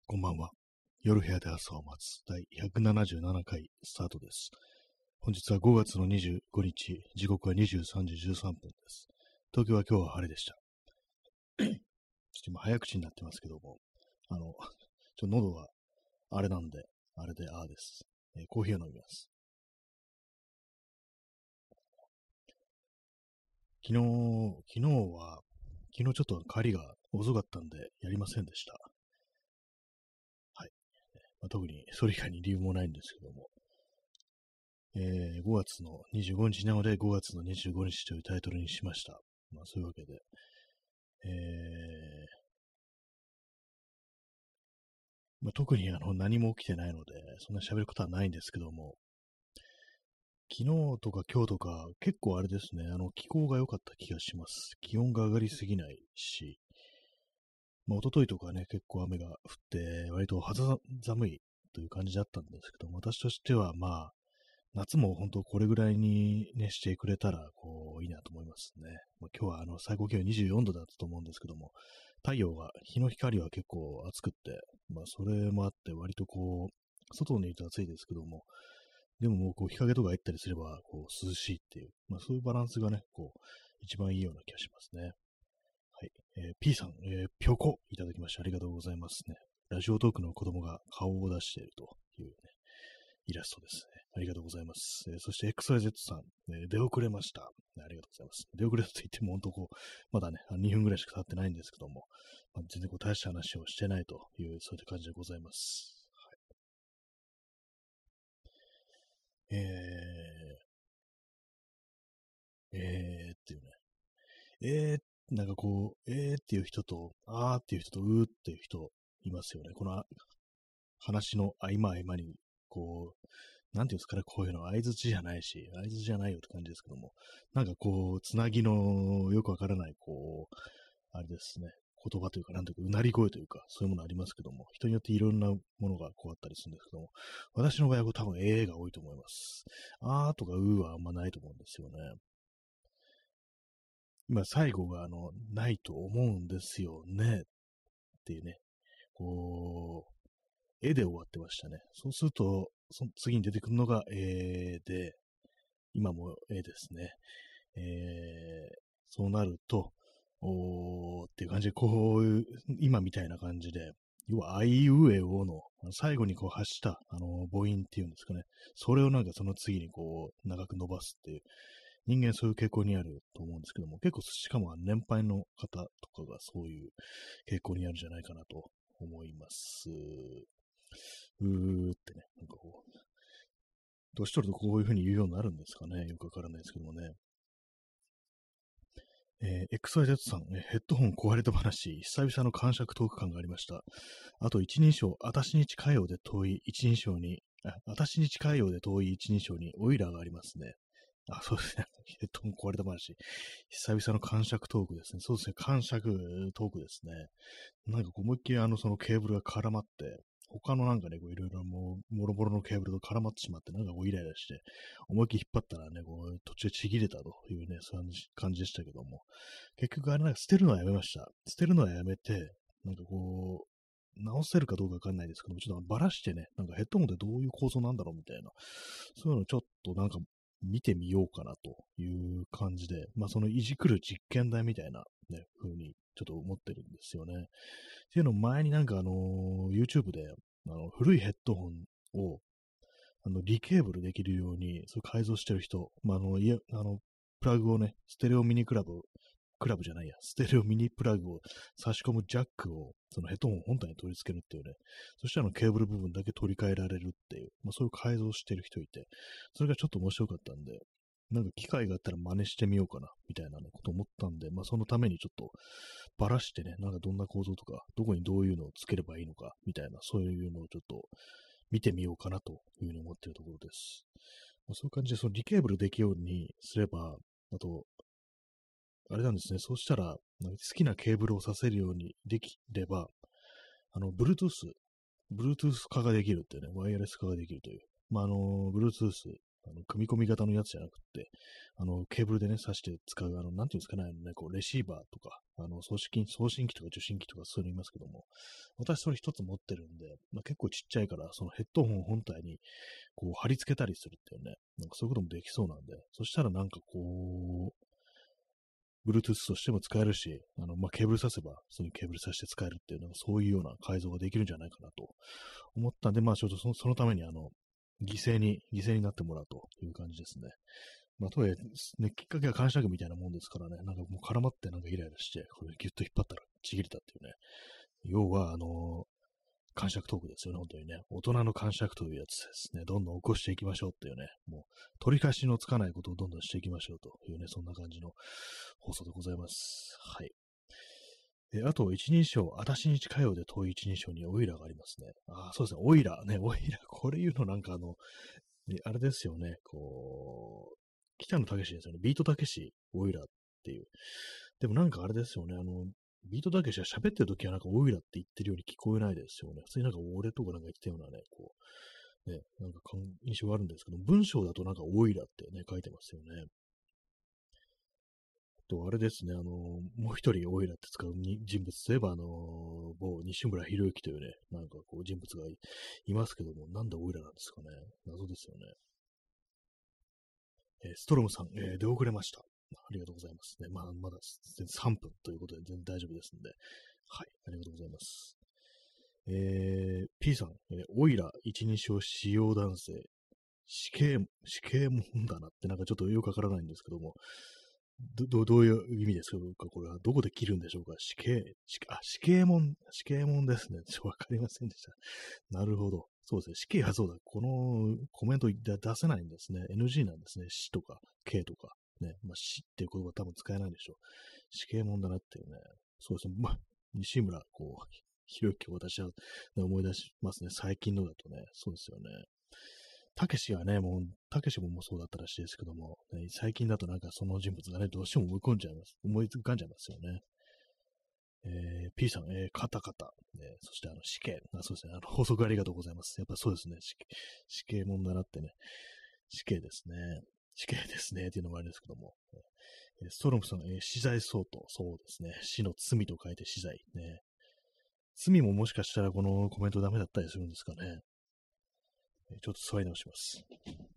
こんばんは。夜部屋で朝を待つ第177回スタートです。本日は5月の25日、時刻は23時13分です。東京は今日は晴れでした。ちょっと今早口になってますけども、喉があれなんで、あれでです。コーヒーを飲みます。昨日ちょっと帰りが遅かったんでやりませんでした。はい。特にそれ以外に理由もないんですけども、5月の25日なので5月の25日というタイトルにしました。そういうわけで、特に何も起きてないので、そんな喋ることはないんですけども、昨日とか今日とか結構あれですね、気候が良かった気がします。気温が上がりすぎないし、一昨日とかね、結構雨が降って、割と肌寒いという感じだったんですけども、私としては夏も本当これぐらいにね、してくれたら、いいなと思いますね。今日は最高気温24度だったと思うんですけども、日の光は結構暑くって、それもあって割と外にいると暑いですけども、でももう日陰とか入ったりすれば、涼しいっていう、そういうバランスがね、一番いいような気がしますね。はい。P さん、ぴょこいただきましてありがとうございますね。ラジオトークの子供が顔を出しているというね、イラストですね。ありがとうございます。そして XYZ さん、出遅れました。ありがとうございます。出遅れたと言っても本当まだね、2分ぐらいしか経ってないんですけども、全然大した話をしてないという、そういう感じでございます。はい、っていうね。なんかっていう人と、あーっていう人と、うーっていう人いますよね。この話の合間合間に、なんていうんですかね、こういうの、相槌じゃないし、相槌じゃないよって感じですけども、なんかつなぎのよくわからない、あれですね、言葉というか、なんというか、うなり声というか、そういうものありますけども、人によっていろんなものがあったりするんですけども、私の場合は多分 A が多いと思います。あーとかうーはあんまないと思うんですよね。今、最後が、ないと思うんですよね、っていうね、こ絵で終わってましたね。そうすると、その次に出てくるのがで、今もですね。そうなると、っていう感じで、今みたいな感じで、要は、あいうえおの、最後に発した、母音っていうんですかね。それをなんかその次に長く伸ばすっていう、人間そういう傾向にあると思うんですけども、結構、しかも年配の方とかがそういう傾向にあるんじゃないかなと思います。ってね、なんか年取るとこういう風に言うようになるんですかね。よくわからないですけどもね。XYZ さん、ヘッドホン壊れた話、久々の感触トーク感がありました。あと一人称、私に近いようで遠い一人称に、私に近いようで遠い一人称にオイラーがありますね。そうですね。ヘッドホン壊れた話。久々の感触トークですね。そうですね。感触トークですね。なんか思いっきりそのケーブルが絡まって、他のなんかね、いろいろもろもろのケーブルと絡まってしまって、なんかイライラして、思いっきり引っ張ったらね、途中ちぎれたというね、そういう感じでしたけども、結局あれなんか捨てるのはやめました。捨てるのはやめて、なんか直せるかどうかわかんないですけども、ちょっとバラしてね、なんかヘッドホンってどういう構造なんだろうみたいな、そういうのをちょっとなんか見てみようかなという感じで、そのいじくる実験台みたいなね、風にちょっと思ってるんですよね。っていうのを前になんかYouTube で、古いヘッドホンを、リケーブルできるように、そう改造してる人、プラグをね、ステレオミニクラブじゃないや、ステレオミニプラグを差し込むジャックを、そのヘッドホン本体に取り付けるっていうね、そしたらケーブル部分だけ取り替えられるっていう、そういう改造してる人いて、それがちょっと面白かったんで、なんか機会があったら真似してみようかな、みたいなね、こと思ったんで、そのためにちょっとばらしてね、なんかどんな構造とか、どこにどういうのをつければいいのか、みたいな、そういうのをちょっと見てみようかなというふうに思っているところです。そういう感じで、そのリケーブルできるようにすれば、あと、あれなんですね、そうしたら、好きなケーブルをさせるようにできれば、Bluetooth 化ができるっていうね、ワイヤレス化ができるという。Bluetooth 組み込み型のやつじゃなくって、ケーブルでね、挿して使う、なんていうんですかね、こう、レシーバーとか、送信機とか受信機とかそういうの言いますけども、私それ一つ持ってるんで、まあ、結構ちっちゃいから、そのヘッドホン本体に、こう、貼り付けたりするっていうね、なんかそういうこともできそうなんで、そしたらなんかこう、Bluetooth としても使えるし、まあ、ケーブル挿せば、普通にケーブル挿して使えるっていう、なんかそういうような改造ができるんじゃないかなと思ったんで、まあ、ちょっとそのために、犠牲になってもらうという感じですね。まあ、とはいえ、ね、きっかけは感謝具みたいなもんですからね、なんかもう絡まってなんかイライラして、これギュッと引っ張ったらちぎれたっていうね。要は、感触トークですよね、本当にね。大人の感触というやつですね。どんどん起こしていきましょうっていうね。もう、取り返しのつかないことをどんどんしていきましょうというね、そんな感じの放送でございます。はい。あと、一人称、あたしに近いようで遠い一人称にオイラがありますね。ああ、そうですね、オイラ、ね、オイラ、これ言うのなんかね、あれですよね、こう、北野武ですよね、ビートたけし、オイラっていう。でもなんかあれですよね、ビートたけしが喋ってるときはなんかオイラって言ってるように聞こえないですよね。普通になんか俺とかなんか言ってたようなね、こう、ね、なんか印象があるんですけど、文章だとなんかオイラってね、書いてますよね。と、あれですね、もう一人オイラって使う人物といえば、某西村博之というね、なんかこう人物がいますけども、なんでオイラなんですかね。謎ですよね。ストロムさん、出遅れました。ありがとうございますね。まあ、まだ全然3分ということで全然大丈夫ですんで。はい、ありがとうございます。P さん、オイラ一人称使用男性、死刑もんだなってなんかちょっとよくわからないんですけども、どういう意味ですかこれはどこで切るんでしょうか死刑もんですね。わかりませんでした。なるほど。そうですね。死刑はそうだ。このコメント出せないんですね。NG なんですね。死とか、刑とか。ね。まあ、死っていう言葉多分使えないでしょう。死刑もんだなっていうね。そうですね。まあ、西村、こう、ひろゆきを私は、ね、思い出しますね。最近のだとね。そうですよね。たけしはね、たけしもそうだったらしいですけども、ね、最近だとなんかその人物がね、どうしても思い浮かんじゃいますよね。P さん、カタカタ、そして死刑、そうですね、法則ありがとうございます。やっぱそうですね、死刑もんだなってね、死刑ですね。死刑ですね、っていうのもあれですけども。ストロムさん、死罪相当、そうですね、死の罪と書いて死罪、ね。罪ももしかしたらこのコメントダメだったりするんですかね。ちょっと座り直します。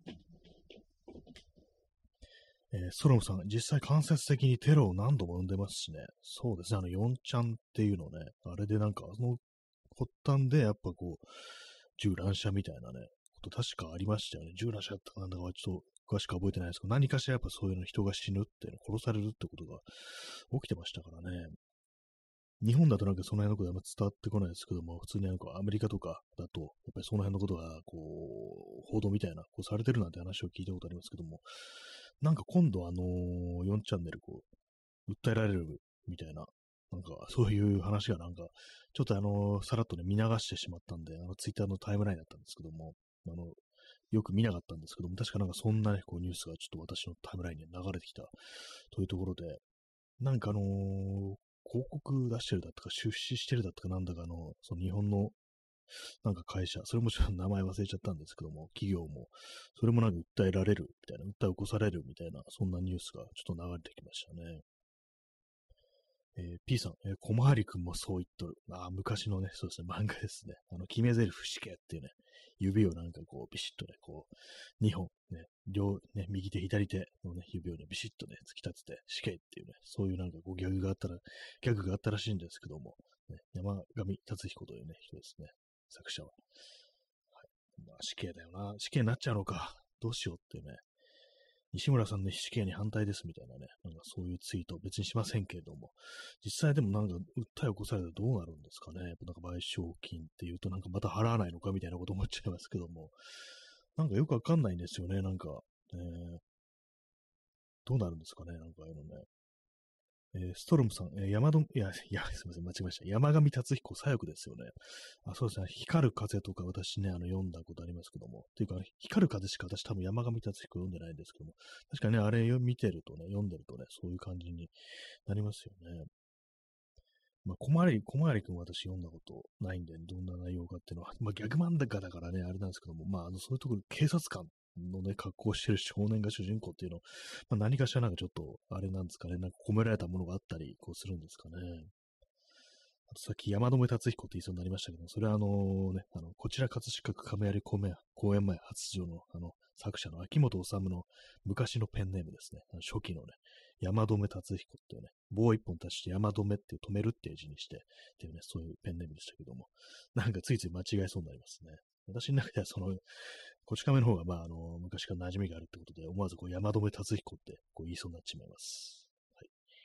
ストロムさん、実際間接的にテロを何度も生んでますしね。そうですね、4ちゃんっていうのね、あれでなんか、発端でやっぱこう、銃乱射みたいなね、こと確かありましたよね。銃乱射だったかなんだかはちょっと詳しく覚えてないですけど、何かしらやっぱそういうの人が死ぬっていうの、殺されるってことが起きてましたからね。日本だとなんかその辺のことはあんま伝わってこないですけども、普通になんかアメリカとかだと、やっぱりその辺のことが、こう、報道みたいな、こうされてるなんて話を聞いたことありますけども、なんか今度4チャンネルこう、訴えられるみたいな、なんかそういう話がなんか、ちょっとさらっとね、見流してしまったんで、ツイッターのタイムラインだったんですけども、よく見なかったんですけども、確かなんかそんなね、こうニュースがちょっと私のタイムラインに流れてきたというところで、なんか広告出してるだとか、出資してるだとかなんだかその日本のなんか会社、それもちょっと名前忘れちゃったんですけども、企業も、それもなんか訴えられるみたいな、訴え起こされるみたいな、そんなニュースがちょっと流れてきましたね。P さん、小回りくんもそう言っとる。昔のね、そうですね、漫画ですね。決め台詞死刑っていうね、指をなんかこう、ビシッとね、こう、2本、ね、右手、左手のね、指をね、ビシッとね、突き立てて死刑っていうね、そういうなんかこう、ギャグがあったらしいんですけども、ね、山上達彦というね、人ですね、作者は。はい。まあ、死刑だよな。死刑になっちゃうのか。どうしようっていうね、西村さんの死刑に反対ですみたいなね、なんかそういうツイート別にしませんけれども、実際でもなんか訴え起こされたらどうなるんですかね。やっぱなんか賠償金っていうとなんかまた払わないのかみたいなこと思っちゃいますけども、なんかよくわかんないんですよね。なんか、どうなるんですかね。なんかああいうのね。ストロムさん、すみません、間違えました。山上達彦左翼ですよね。そうですね。光る風とか私ね、読んだことありますけども。っていうか、光る風しか私多分山上達彦読んでないんですけども。確かにね、あれ見てるとね、読んでるとね、そういう感じになりますよね。まあ、小回りくんは私読んだことないんで、どんな内容かっていうのは、まあ、逆漫画だからね、あれなんですけども、まあ、そういうところ、警察官のね、格好をしてる少年が主人公っていうの、まあ、何かしらなんかちょっと、あれなんですかね、なんか込められたものがあったり、こうするんですかね。あとさっき山留達彦って言いそうになりましたけど、それはこちら葛飾区亀有公園前発情の、作者の秋元治の昔のペンネームですね。初期のね、山留達彦っていうね、棒一本足して山留っていう止めるっていう字にして、っていうね、そういうペンネームでしたけども、なんかついつい間違えそうになりますね。私の中ではこち亀の方が、昔から馴染みがあるってことで、思わずこう山留達彦ってこう言いそうになっちまいます。はい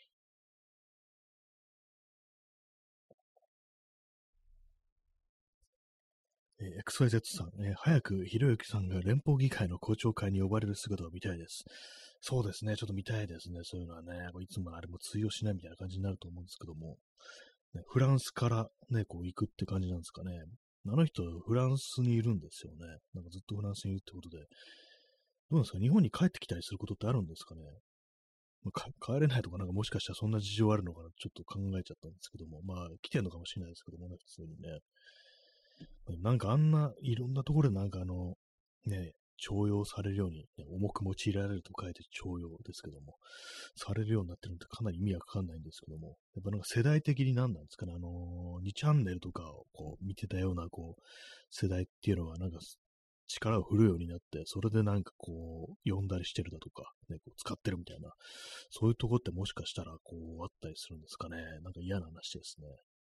。XYZ さん、早くひろゆきさんが連邦議会の公聴会に呼ばれる姿を見たいです。そうですね、ちょっと見たいですね。そういうのはね、いつものあれも通用しないみたいな感じになると思うんですけども、ね、フランスからね、こう行くって感じなんですかね。あの人、フランスにいるんですよね。なんかずっとフランスにいるってことで、どうなんですか、日本に帰ってきたりすることってあるんですかね。帰れないとか、なんかもしかしたらそんな事情あるのかな、ちょっと考えちゃったんですけども、まあ、来てんのかもしれないですけどもね、普通にね。なんかあんないろんなところでなんかね、徴用されるように、ね、重く用いられると書いて徴用ですけども、されるようになってるのってかなり意味わかんないんですけども、やっぱなんか世代的に何なんですかね、2チャンネルとかをこう見てたようなこう、世代っていうのがなんか力を振るうようになって、それでなんかこう、呼んだりしてるだとか、ね、こう使ってるみたいな、そういうとこってもしかしたらこう、あったりするんですかね。なんか嫌な話ですね。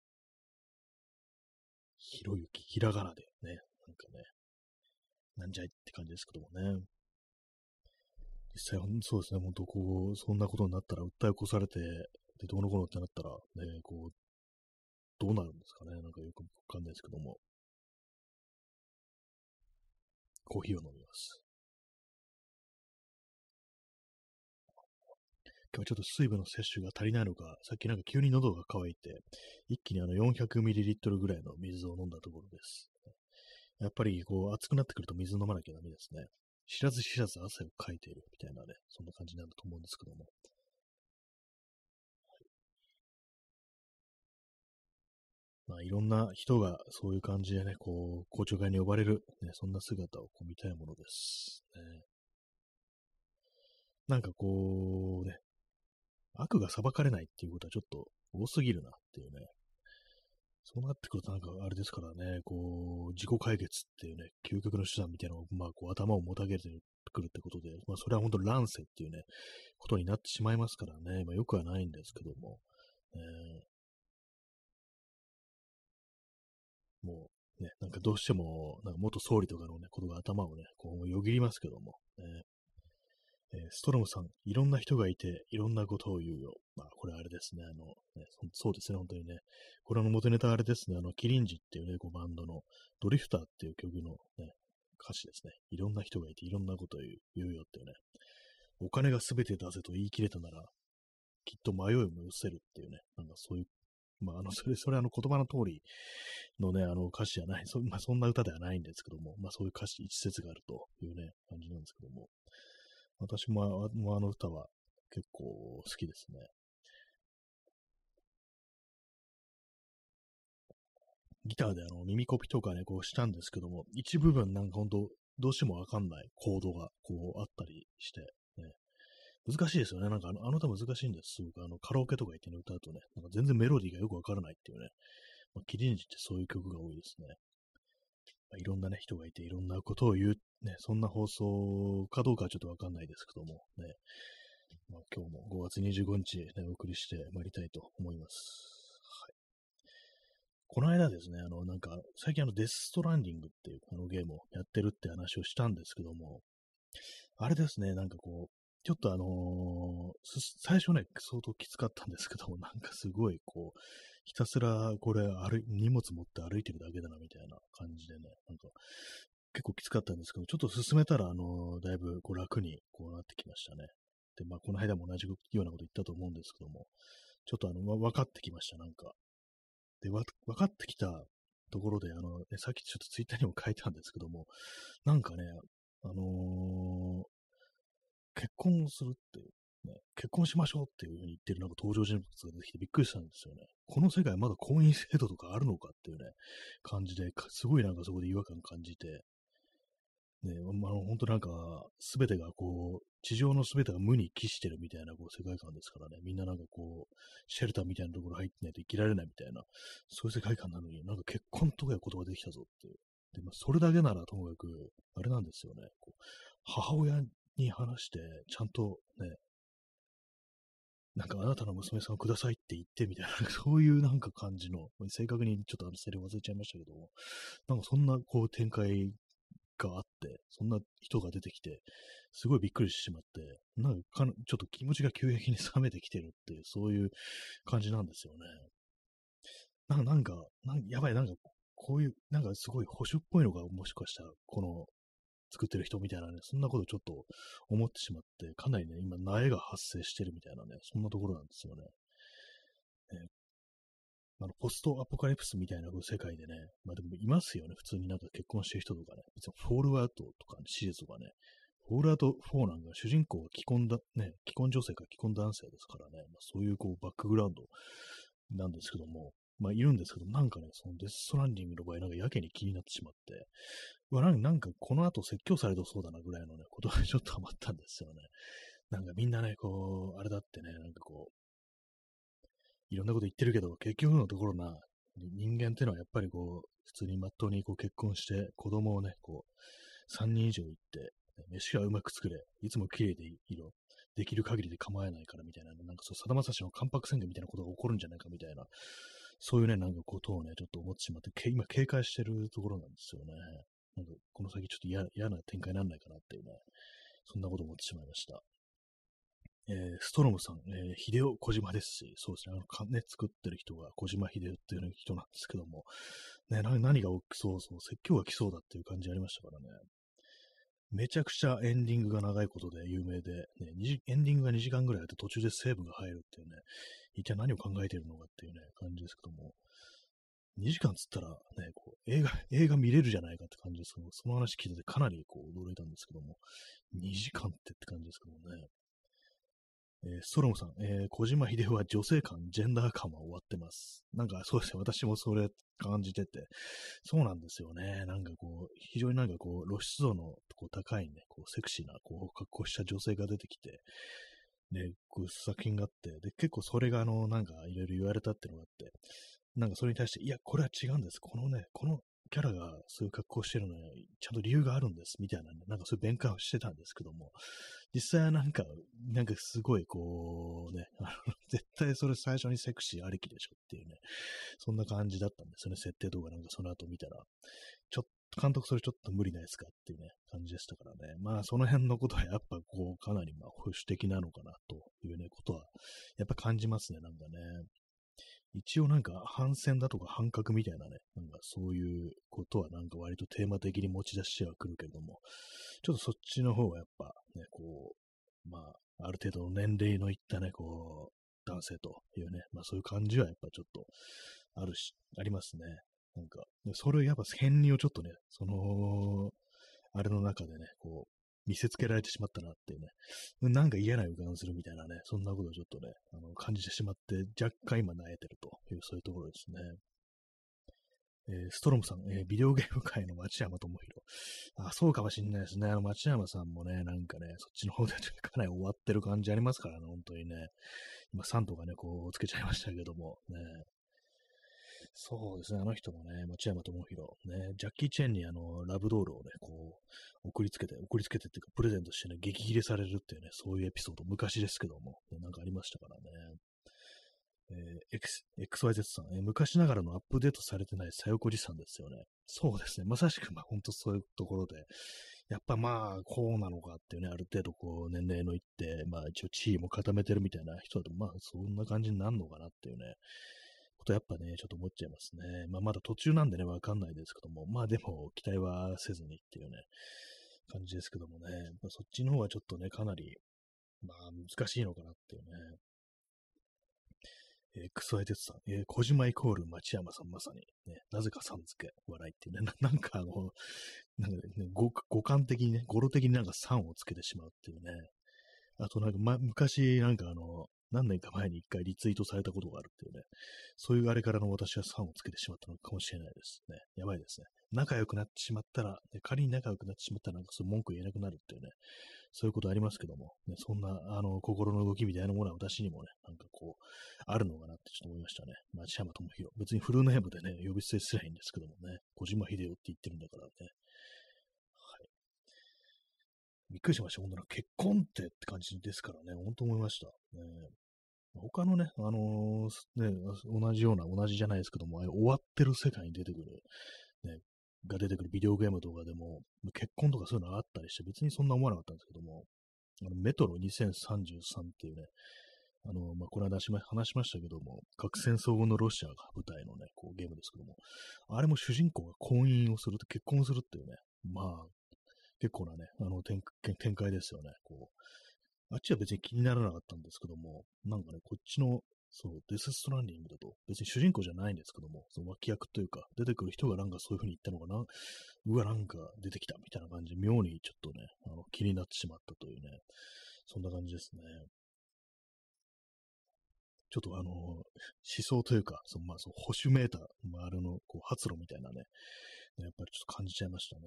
ひろゆき、ひらがなでね、なんかね、なんじゃいって感じですけどもね。実際、そうですね、本当こう、そんなことになったら、訴え起こされて、で、どうのこうのってなったら、ね、こう、どうなるんですかね。なんかよくわかんないですけども、コーヒーを飲みます。今日はちょっと水分の摂取が足りないのか、さっきなんか急に喉が渇いて、一気に400ml ぐらいの水を飲んだところです。やっぱりこう、暑くなってくると水飲まなきゃダメですね。知らず知らず汗をかいているみたいなね、そんな感じなんだと思うんですけども。まあ、いろんな人がそういう感じでね、こう、公聴会に呼ばれる、ね、そんな姿をこう見たいものです。ね、なんかこう、ね、悪が裁かれないっていうことはちょっと多すぎるなっていうね。そうなってくるとなんかあれですからね、こう、自己解決っていうね、究極の手段みたいなのを、まあ、こう頭をもたげてくるってことで、まあ、それは本当乱世っていうね、ことになってしまいますからね、まあ、よくはないんですけども、えもうね、なんかどうしても、なんか元総理とかのね、ことが頭をね、こうよぎりますけども、ね、ストロムさん、いろんな人がいて、いろんなことを言うよ。まあ、これあれですね、ね、そうですね、本当にね。これ元ネタあれですね、キリンジっていうね、こうバンドの、ドリフターっていう曲のね、歌詞ですね。いろんな人がいて、いろんなことを言うよっていうね。お金が全てだぜと言い切れたなら、きっと迷いも寄せるっていうね、なんかそういう、まあ、それ言葉の通りのね、歌詞じゃない、まあ、そんな歌ではないんですけども、まあ、そういう歌詞、一節があるというね、感じなんですけども、私もあの歌は結構好きですね。ギターで耳コピとかね、こうしたんですけども、一部分なんかほんと、どうしてもわかんないコードがこうあったりして、ね、難しいですよね。なんかあの歌難しいんです。すごくカラオケとか行ってね、歌うとね、なんか全然メロディーがよくわからないっていうね。まあ、キリンジってそういう曲が多いですね。まあ、いろんなね、人がいて、いろんなことを言う、ね、そんな放送かどうかはちょっとわかんないですけども、ね、まあ、今日も5月25日、ね、お送りしてまいりたいと思います。はい、この間ですね、なんか、最近デスストランディングっていうゲームをやってるって話をしたんですけども、あれですね、なんかこう、ちょっと最初ね、相当きつかったんですけども、なんかすごいこう、ひたすらこれ荷物持って歩いてるだけだなみたいな感じでね、なんか結構きつかったんですけど、ちょっと進めたら、だいぶこう楽にこうなってきましたね。で、まあ、この間も同じようなこと言ったと思うんですけども、ちょっと分かってきました、なんか。で、分かってきたところで、さっきちょっとツイッターにも書いたんですけども、なんかね、あの結婚するっていう、ね、結婚しましょうっていうふうに言ってるなんか登場人物が出てきてびっくりしたんですよね。この世界まだ婚姻制度とかあるのかっていうね、感じで、すごいなんかそこで違和感感じて、 ね、本当なんか、すべてがこう、地上のすべてが無に帰してるみたいなこう世界観ですからね、みんななんかこう、シェルターみたいなところ入ってないと生きられないみたいな、そういう世界観なのに、なんか結婚とかいうことができたぞっていう。で、まあ、それだけならともかく、あれなんですよね、こう母親に話して、ちゃんとね、なんかあなたの娘さんをくださいって言ってみたいな、そういうなんか感じの、正確にちょっとセリフ忘れちゃいましたけども、なんかそんなこう展開があって、そんな人が出てきて、すごいびっくりしてしまって、ちょっと気持ちが急激に冷めてきてるっていう、そういう感じなんですよね。やばい、なんか、こういう、なんかすごい保守っぽいのがもしかしたら、この作ってる人みたいなね、そんなことちょっと思ってしまって、かなりね、今、苗が発生してるみたいなね、そんなところなんですよね。ねポストアポカリプスみたいな世界でね、まあでもいますよね、普通になんか結婚してる人とかね、別にフォールアウトとか、ね、シリーズとかね、フォールアウト4なんか主人公が既婚女性か既婚男性ですからね、まあ、そういうこうバックグラウンドなんですけども、まあいるんですけど、なんかね、そのデス・ストランディングの場合、なんかやけに気になってしまって、なんかこの後説教されてそうだなぐらいのね、ことがちょっとハマったんですよね。なんかみんなね、こう、あれだってね、なんかこう、いろんなこと言ってるけど、結局のところ人間ってのはやっぱりこう、普通にまっとうにこう結婚して、子供をね、こう、3人以上いって、飯がうまく作れ、いつも綺麗でいろ、できる限りで構えないからみたいな、なんかそう、さだまさしの関白宣言みたいなことが起こるんじゃないかみたいな、そういうね、なんかことをね、ちょっと思ってしまって、今警戒してるところなんですよね。なんか、この先ちょっと嫌な展開にならないかなっていうね、そんなこと思ってしまいました。ストロムさん、秀夫小島ですし、そうですね、ね、作ってる人が小島秀夫っていう、人なんですけども、ね、何が起きそう、説教が来そうだっていう感じありましたからね。めちゃくちゃエンディングが長いことで有名で、エンディングが2時間ぐらいあって途中でセーブが入るっていうね、一体何を考えているのかっていうね、感じですけども、2時間つったらね、こう映画見れるじゃないかって感じですけども、その話聞いててかなりこう驚いたんですけども、2時間って感じですけどもね。ストロムさん、小島秀夫は女性感、ジェンダー感は終わってます。なんかそうですね、私もそれ感じてて、そうなんですよね。なんかこう、非常になんかこう、露出度のこう高いね、こう、セクシーな、こう、格好した女性が出てきて、で、こう、作品があって、で、結構それがなんかいろいろ言われたっていうのがあって、なんかそれに対して、いや、これは違うんです。このキャラがそういう格好してるのに、ちゃんと理由があるんです、みたいなね、なんかそういう弁解をしてたんですけども、実際はなんかすごいこうね、絶対それ最初にセクシーありきでしょっていうね、そんな感じだったんですよね、設定動画なんかその後見たら。ちょっと、監督それちょっと無理ないですかっていうね、感じでしたからね。まあその辺のことはやっぱこう、かなりまあ保守的なのかなというね、ことは、やっぱ感じますね、なんかね。一応なんか反戦だとか反核みたいなね、なんかそういうことはなんか割とテーマ的に持ち出してはくるけれども、ちょっとそっちの方がやっぱね、こう、まあ、ある程度の年齢のいったね、こう、男性というね、まあそういう感じはやっぱちょっとありますね。なんか、それをやっぱ変にをちょっとね、あれの中でね、こう、見せつけられてしまったなっていうね、なんか嫌な予感するみたいなね、そんなことをちょっとね、感じてしまって、若干今萎えてるという、そういうところですね。ストロムさん、ビデオゲーム界の町山智弘。あ、そうかもしんないですね。町山さんもね、なんかね、そっちの方でかなり終わってる感じありますからね、本当にね。今、3とかね、こう、つけちゃいましたけども、ね。そうですね、あの人もね、町山智弘、ね、ジャッキー・チェンにラブドールをね、こう、送りつけてっていうか、プレゼントしてね、激切れされるっていうね、そういうエピソード、昔ですけども、ね、なんかありましたからね。XYZ さん、昔ながらのアップデートされてない左翼おじさんですよね。そうですね。まさしく、まあ、本当そういうところで、やっぱまあ、こうなのかっていうね、ある程度こう、年齢のいって、まあ一応地位も固めてるみたいな人だと、まあそんな感じになるのかなっていうね、ことやっぱね、ちょっと思っちゃいますね。まあまだ途中なんでね、わかんないですけども、まあでも期待はせずにっていうね、感じですけどもね、まあ、そっちの方がちょっとね、かなり、まあ難しいのかなっていうね、クソエテツさん、小島イコール町山さん、まさに、ね、なぜかさん付け、笑いっていうね、なんかなんかね、五感的にね、語呂的になんかさんをつけてしまうっていうね。あとなんか、昔なんか何年か前に一回リツイートされたことがあるっていうね、そういうあれからの私はファンをつけてしまったのかもしれないですね。やばいですね。仲良くなってしまったら、ね、仮に仲良くなってしまったら、なんかそういう文句言えなくなるっていうね、そういうことありますけども、ね、そんな、心の動きみたいなものは私にもね、なんかこう、あるのかなってちょっと思いましたね。町山智博。別にフルネームでね、呼び捨てすりゃいいんですけどもね、小島秀夫って言ってるんだからね。はい。びっくりしました。本当な結婚って感じですからね、本当思いました。他のね、同じような、同じじゃないですけども、ああいう終わってる世界に出てくる、ね、が出てくるビデオゲームとかでも、結婚とかそういうのがあったりして、別にそんな思わなかったんですけども、メトロ2033っていうね、この間話しましたけども、核戦争後のロシアが舞台のね、こうゲームですけども、あれも主人公が婚姻をすると結婚するっていうね、まあ、結構なね、展開ですよね。こう、あっちは別に気にならなかったんですけども、なんかね、こっちの、そう、デスストランディングだと、別に主人公じゃないんですけども、その脇役というか、出てくる人がなんかそういう風に言ったのかな、うわ、なんか出てきたみたいな感じで、妙にちょっとね、気になってしまったというね、そんな感じですね。ちょっと思想というか、保守メーター、あれのこう発露みたいなね、やっぱりちょっと感じちゃいましたね。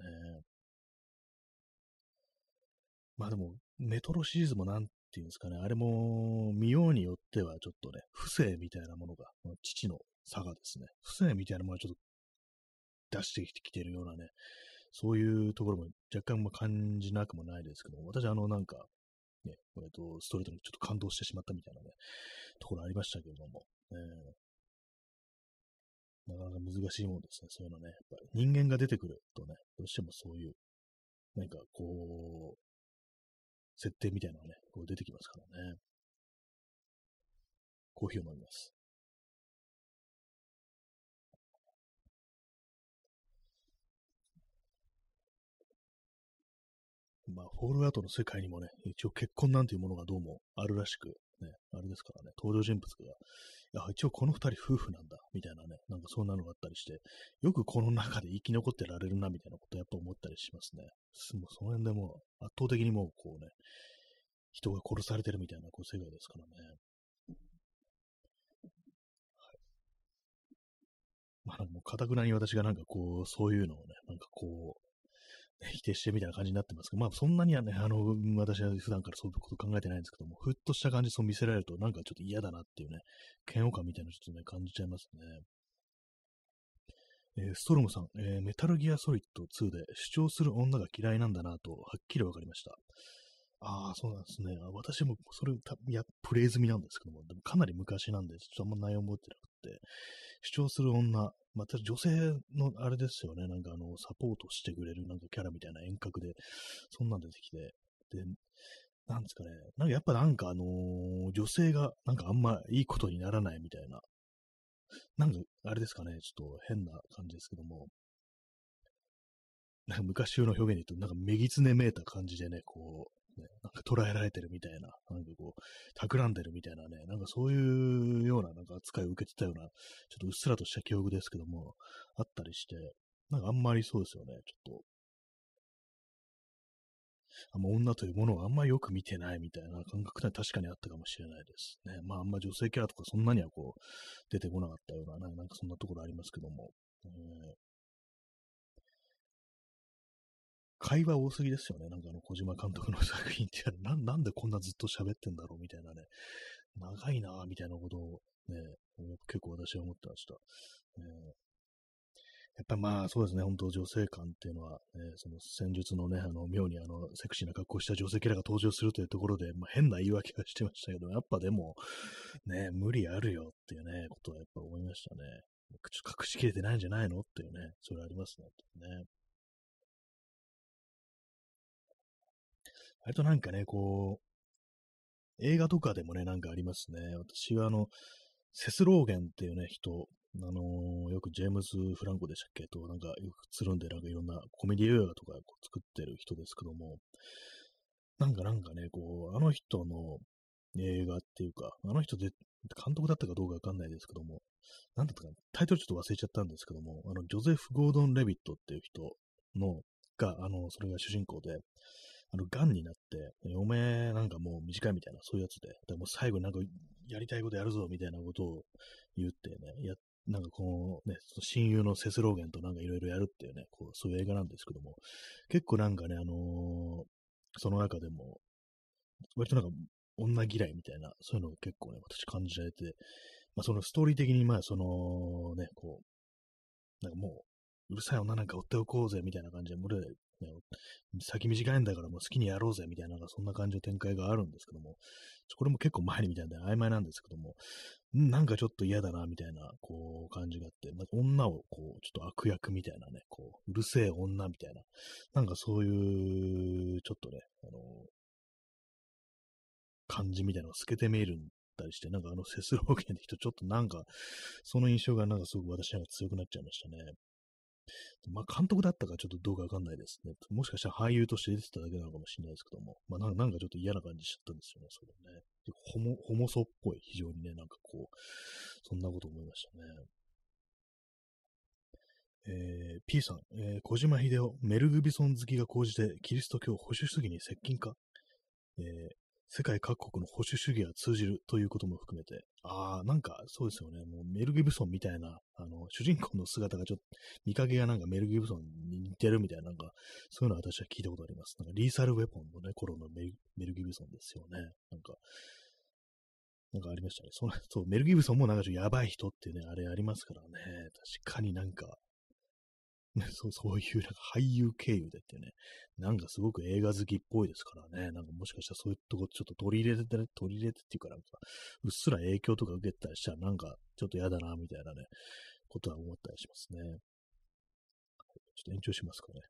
まあでも、メトロシリーズもなんていうんですかね、あれも見ようによってはちょっとね、不正みたいなものが、父の差がですね、不正みたいなものをちょっと出してきてるようなね、そういうところも若干感じなくもないですけども、私なんか、ね、ストレートにちょっと感動してしまったみたいなね、ところありましたけれども、なかなか難しいもんですね、そういうのね。やっぱり人間が出てくるとね、どうしてもそういう、なんかこう、設定みたいなのがね、こう出てきますからね。コーヒーを飲みます。フォールアウトの世界にもね、一応結婚なんていうものがどうもあるらしく、ね、あれですからね、登場人物が、一応この二人夫婦なんだ、みたいなね、なんかそんなのがあったりして、よくこの中で生き残ってられるな、みたいなことやっぱ思ったりしますね。もうその辺でもう圧倒的にもうこうね、人が殺されてるみたいなこう世界ですからね。なんかもう、かたくなに私がなんかこう、そういうのをね、なんかこう、否定してみたいな感じになってますけど、そんなにはね、私は普段からそういうこと考えてないんですけども、ふっとした感じそう見せられると、なんかちょっと嫌だなっていうね、嫌悪感みたいなのちょっとね、感じちゃいますね。ストロムさん、メタルギアソリッド2で主張する女が嫌いなんだなと、はっきりわかりました。ああ、そうなんですね。私もそれ、プレイ済みなんですけども、でもかなり昔なんで、ちょっとあんま内容覚えてなくて、主張する女、ただ女性のあれですよね、なんかサポートしてくれるなんかキャラみたいな遠隔で、そんなん出てきて、で、なんですかね、なんかやっぱなんか女性がなんかあんまいいことにならないみたいな、なんかあれですかね、ちょっと変な感じですけども、なんか昔風の表現で言うと、なんかめぎつねめいた感じでね、こう、ね、なんか捉えられてるみたいな、なんかこう、企んでるみたいなね、なんかそういうようななんか扱いを受けてたような、ちょっとうっすらとした記憶ですけども、あったりして、なんかあんまりそうですよね、ちょっと、女というものをあんまりよく見てないみたいな感覚は確かにあったかもしれないですね。あんま女性キャラとかそんなにはこう、出てこなかったような、なんかそんなところありますけども、会話多すぎですよね。なんか小島監督の作品ってなんでこんなずっと喋ってんだろうみたいなね。長いなぁみたいなことをね、結構私は思ってました。やっぱそうですね、本当女性感っていうのは、その戦術のね、妙にセクシーな格好をした女性キャラが登場するというところで、変な言い訳はしてましたけど、やっぱでも、ね、無理あるよっていうね、ことはやっぱ思いましたね。ちょっと隠しきれてないんじゃないのっていうね、それありますね。ね。割となんかね、こう、映画とかでもね、なんかありますね。私はセスローゲンっていうね、人、よくジェームズ・フランコでしたっけと、なんかよくつるんで、なんかいろんなコメディ映画とかこう作ってる人ですけども、なんかね、こう、あの人の映画っていうか、あの人で、監督だったかどうかわかんないですけども、なんだったかな、タイトルちょっと忘れちゃったんですけども、ジョゼフ・ゴードン・レビットっていう人の、それが主人公で、癌になって、余命なんかもう短いみたいな、そういうやつで、でも最後になんかやりたいことやるぞ、みたいなことを言ってね、なんかこのね、親友のセスローゲンとなんかいろいろやるっていうね、こう、そういう映画なんですけども、結構なんかね、その中でも、割となんか女嫌いみたいな、そういうのを結構ね、私感じられて、まあそのストーリー的に、まあそのね、こう、なんかもう、うるさい女なんか追っておこうぜみたいな感じで、ね、先短いんだからもう好きにやろうぜみたいな、そんな感じの展開があるんですけども、これも結構前に見たんで曖昧なんですけども、なんかちょっと嫌だなみたいな、こう、感じがあって、まあ、女をこう、ちょっと悪役みたいなね、こう、うるせえ女みたいな、なんかそういう、ちょっとね、感じみたいなのが透けて見えるんだりして、なんかセスローゲンって人、ちょっとなんか、その印象がなんかすごく私なんか強くなっちゃいましたね。まあ、監督だったかちょっとどうかわかんないですね。もしかしたら俳優として出てただけなのかもしれないですけども、まあ、なんかちょっと嫌な感じしちゃったんですよね、それね。ホモソっぽい、非常にね、なんかこう、そんなこと思いましたね。P さん、小島秀夫、メル・グビソン好きが高じて、キリスト教保守主義に接近か、えー世界各国の保守主義が通じるということも含めて、なんかそうですよね、もうメル・ギブソンみたいな、主人公の姿がちょっと、見かけがなんかメル・ギブソンに似てるみたいな、なんか、そういうのは私は聞いたことあります。なんか、リーサル・ウェポンのね、頃のメル・ギブソンですよね。なんかありましたね。そう、メル・ギブソンもなんかちょっとやばい人っていうね、あれありますからね。確かになんか、そういうなんか俳優経由でってね、なんかすごく映画好きっぽいですからね、なんかもしかしたらそういうとこちょっと取り入れてっていうかなんか、うっすら影響とか受けたりしたらなんかちょっと嫌だな、みたいなね、ことは思ったりしますね。ちょっと延長しますかね。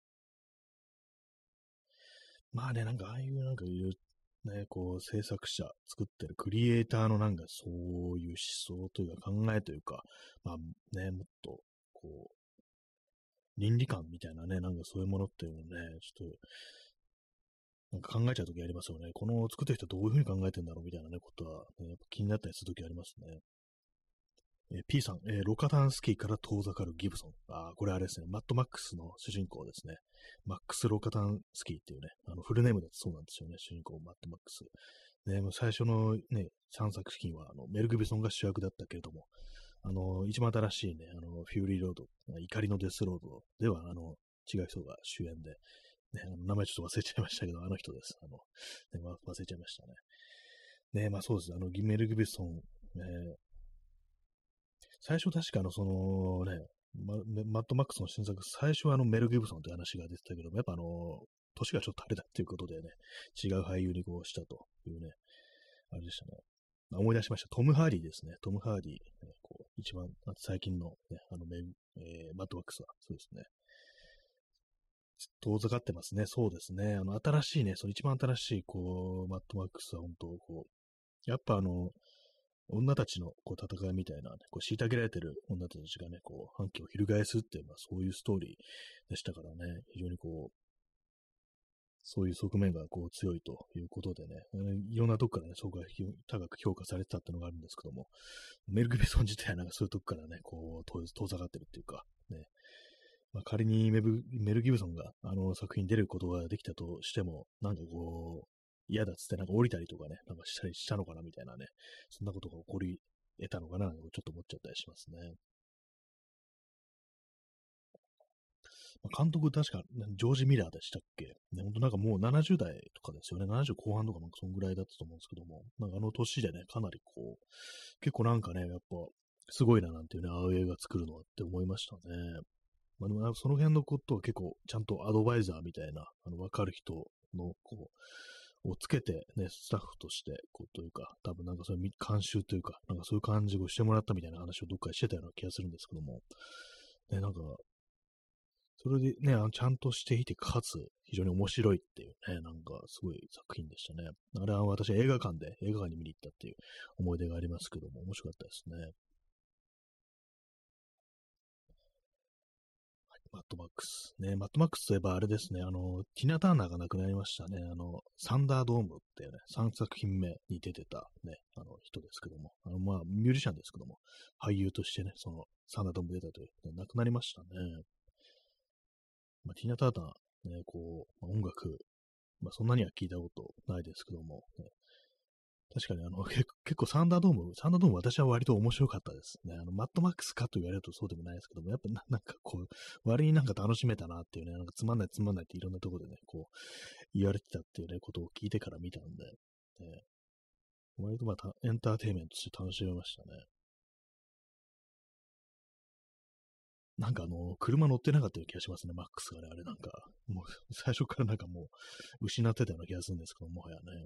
まあね、なんかああいうなんかいうね、こう制作者、作ってるクリエイターのなんかそういう思想というか考えというか、まあね、もっとこう、倫理観みたいなね、なんかそういうものっていうのをね、ちょっとなんか考えちゃうときありますよね。この作ってる人どういうふうに考えてんだろうみたいなね、ことは、ね、やっぱ気になったりするときありますね。P さん、ロカタンスキーから遠ざかるギブソン。これあれですね、マッドマックスの主人公ですね。マックス・ロカタンスキーっていうね、フルネームだとそうなんですよね、主人公、マッドマックス。ね、もう最初のね、3作品は、メル・ギブソンが主役だったけれども、一番新しいね、フューリーロード、怒りのデスロードでは、違う人が主演で、ね、名前ちょっと忘れちゃいましたけど、あの人です。ね、忘れちゃいましたね。ね、まあそうです。ギメル・ギブソン、最初確かそのね、マッドマックスの新作、最初はメル・ギブソンって話が出てたけども、やっぱ年がちょっとあれだっていうことでね、違う俳優にこうしたというね、あれでしたね。思い出しました。トム・ハーディですね。トム・ハーディ、ね、こう一番最近の、ね、マッドマックスは、そうですね。遠ざかってますね。そうですね。新しいね、その一番新しい、こう、マッドマックスは本当、こう、やっぱ女たちのこう戦いみたいな、ね、こう虐げられてる女たちがね、こう、反旗を翻すっていう、まあそういうストーリーでしたからね、非常にこう、そういう側面がこう強いということでね、いろんなとこからね、そこが高く評価されてたっていうのがあるんですけども、メルク・ベソン自体はなんかそういうとこからね、こう、遠ざかってるっていうか、ね、まあ、仮にメル・ギブソンがあの作品に出ることができたとしても、なんかこう、嫌だっつってなんか降りたりとかね、なんかしたりしたのかなみたいなね、そんなことが起こり得たのかな、ちょっと思っちゃったりしますね。まあ、監督確か、ジョージ・ミラーでしたっけね、ほんとなんかもう70代とかですよね。70後半とかなんかそんぐらいだったと思うんですけども、なんかあの年でね、かなりこう、結構なんかね、やっぱ、すごいななんていうね、ああいう映画作るのはって思いましたね。まあ、でもその辺のことは結構ちゃんとアドバイザーみたいな、わかる人の、こう、をつけて、ね、スタッフとして、こう、というか、多分なんかそういう監修というか、なんかそういう感じをしてもらったみたいな話をどっかでしてたような気がするんですけども、ね、なんか、それでね、ちゃんとしていて、かつ、非常に面白いっていうね、なんかすごい作品でしたね。あれは私映画館に見に行ったっていう思い出がありますけども、面白かったですね。マッドマックス。ね、マッドマックスといえばあれですね、ティナ・ターナーが亡くなりましたね。サンダードームっていうね、3作品目に出てたね、人ですけども、まあ、ミュージシャンですけども、俳優としてね、その、サンダードーム出たという、ね、亡くなりましたね。まあ、ティナ・ターナー、ね、こう、まあ、音楽、まあ、そんなには聞いたことないですけども、ね、 確かに結構サンダードーム私は割と面白かったですね。マッドマックスかと言われるとそうでもないですけども、やっぱなんかこう、割になんか楽しめたなっていうね、なんかつまんないつまんないっていろんなところでね、こう、言われてたっていうね、ことを聞いてから見たんで、割とまたエンターテインメントとして楽しめましたね。なんか車乗ってなかったような気がしますね、マックスがね、あれなんか、もう最初からなんかもう失ってたような気がするんですけどもはやね。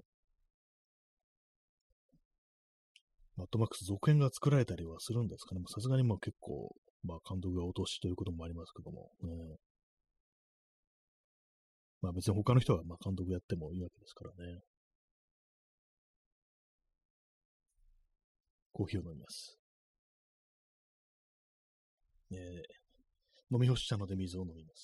マッドマックス続編が作られたりはするんですかね。さすがにもう結構、まあ監督がお年ということもありますけども、まあ別に他の人はまあ監督やってもいいわけですからね。コーヒーを飲みます。飲み干したので水を飲みます。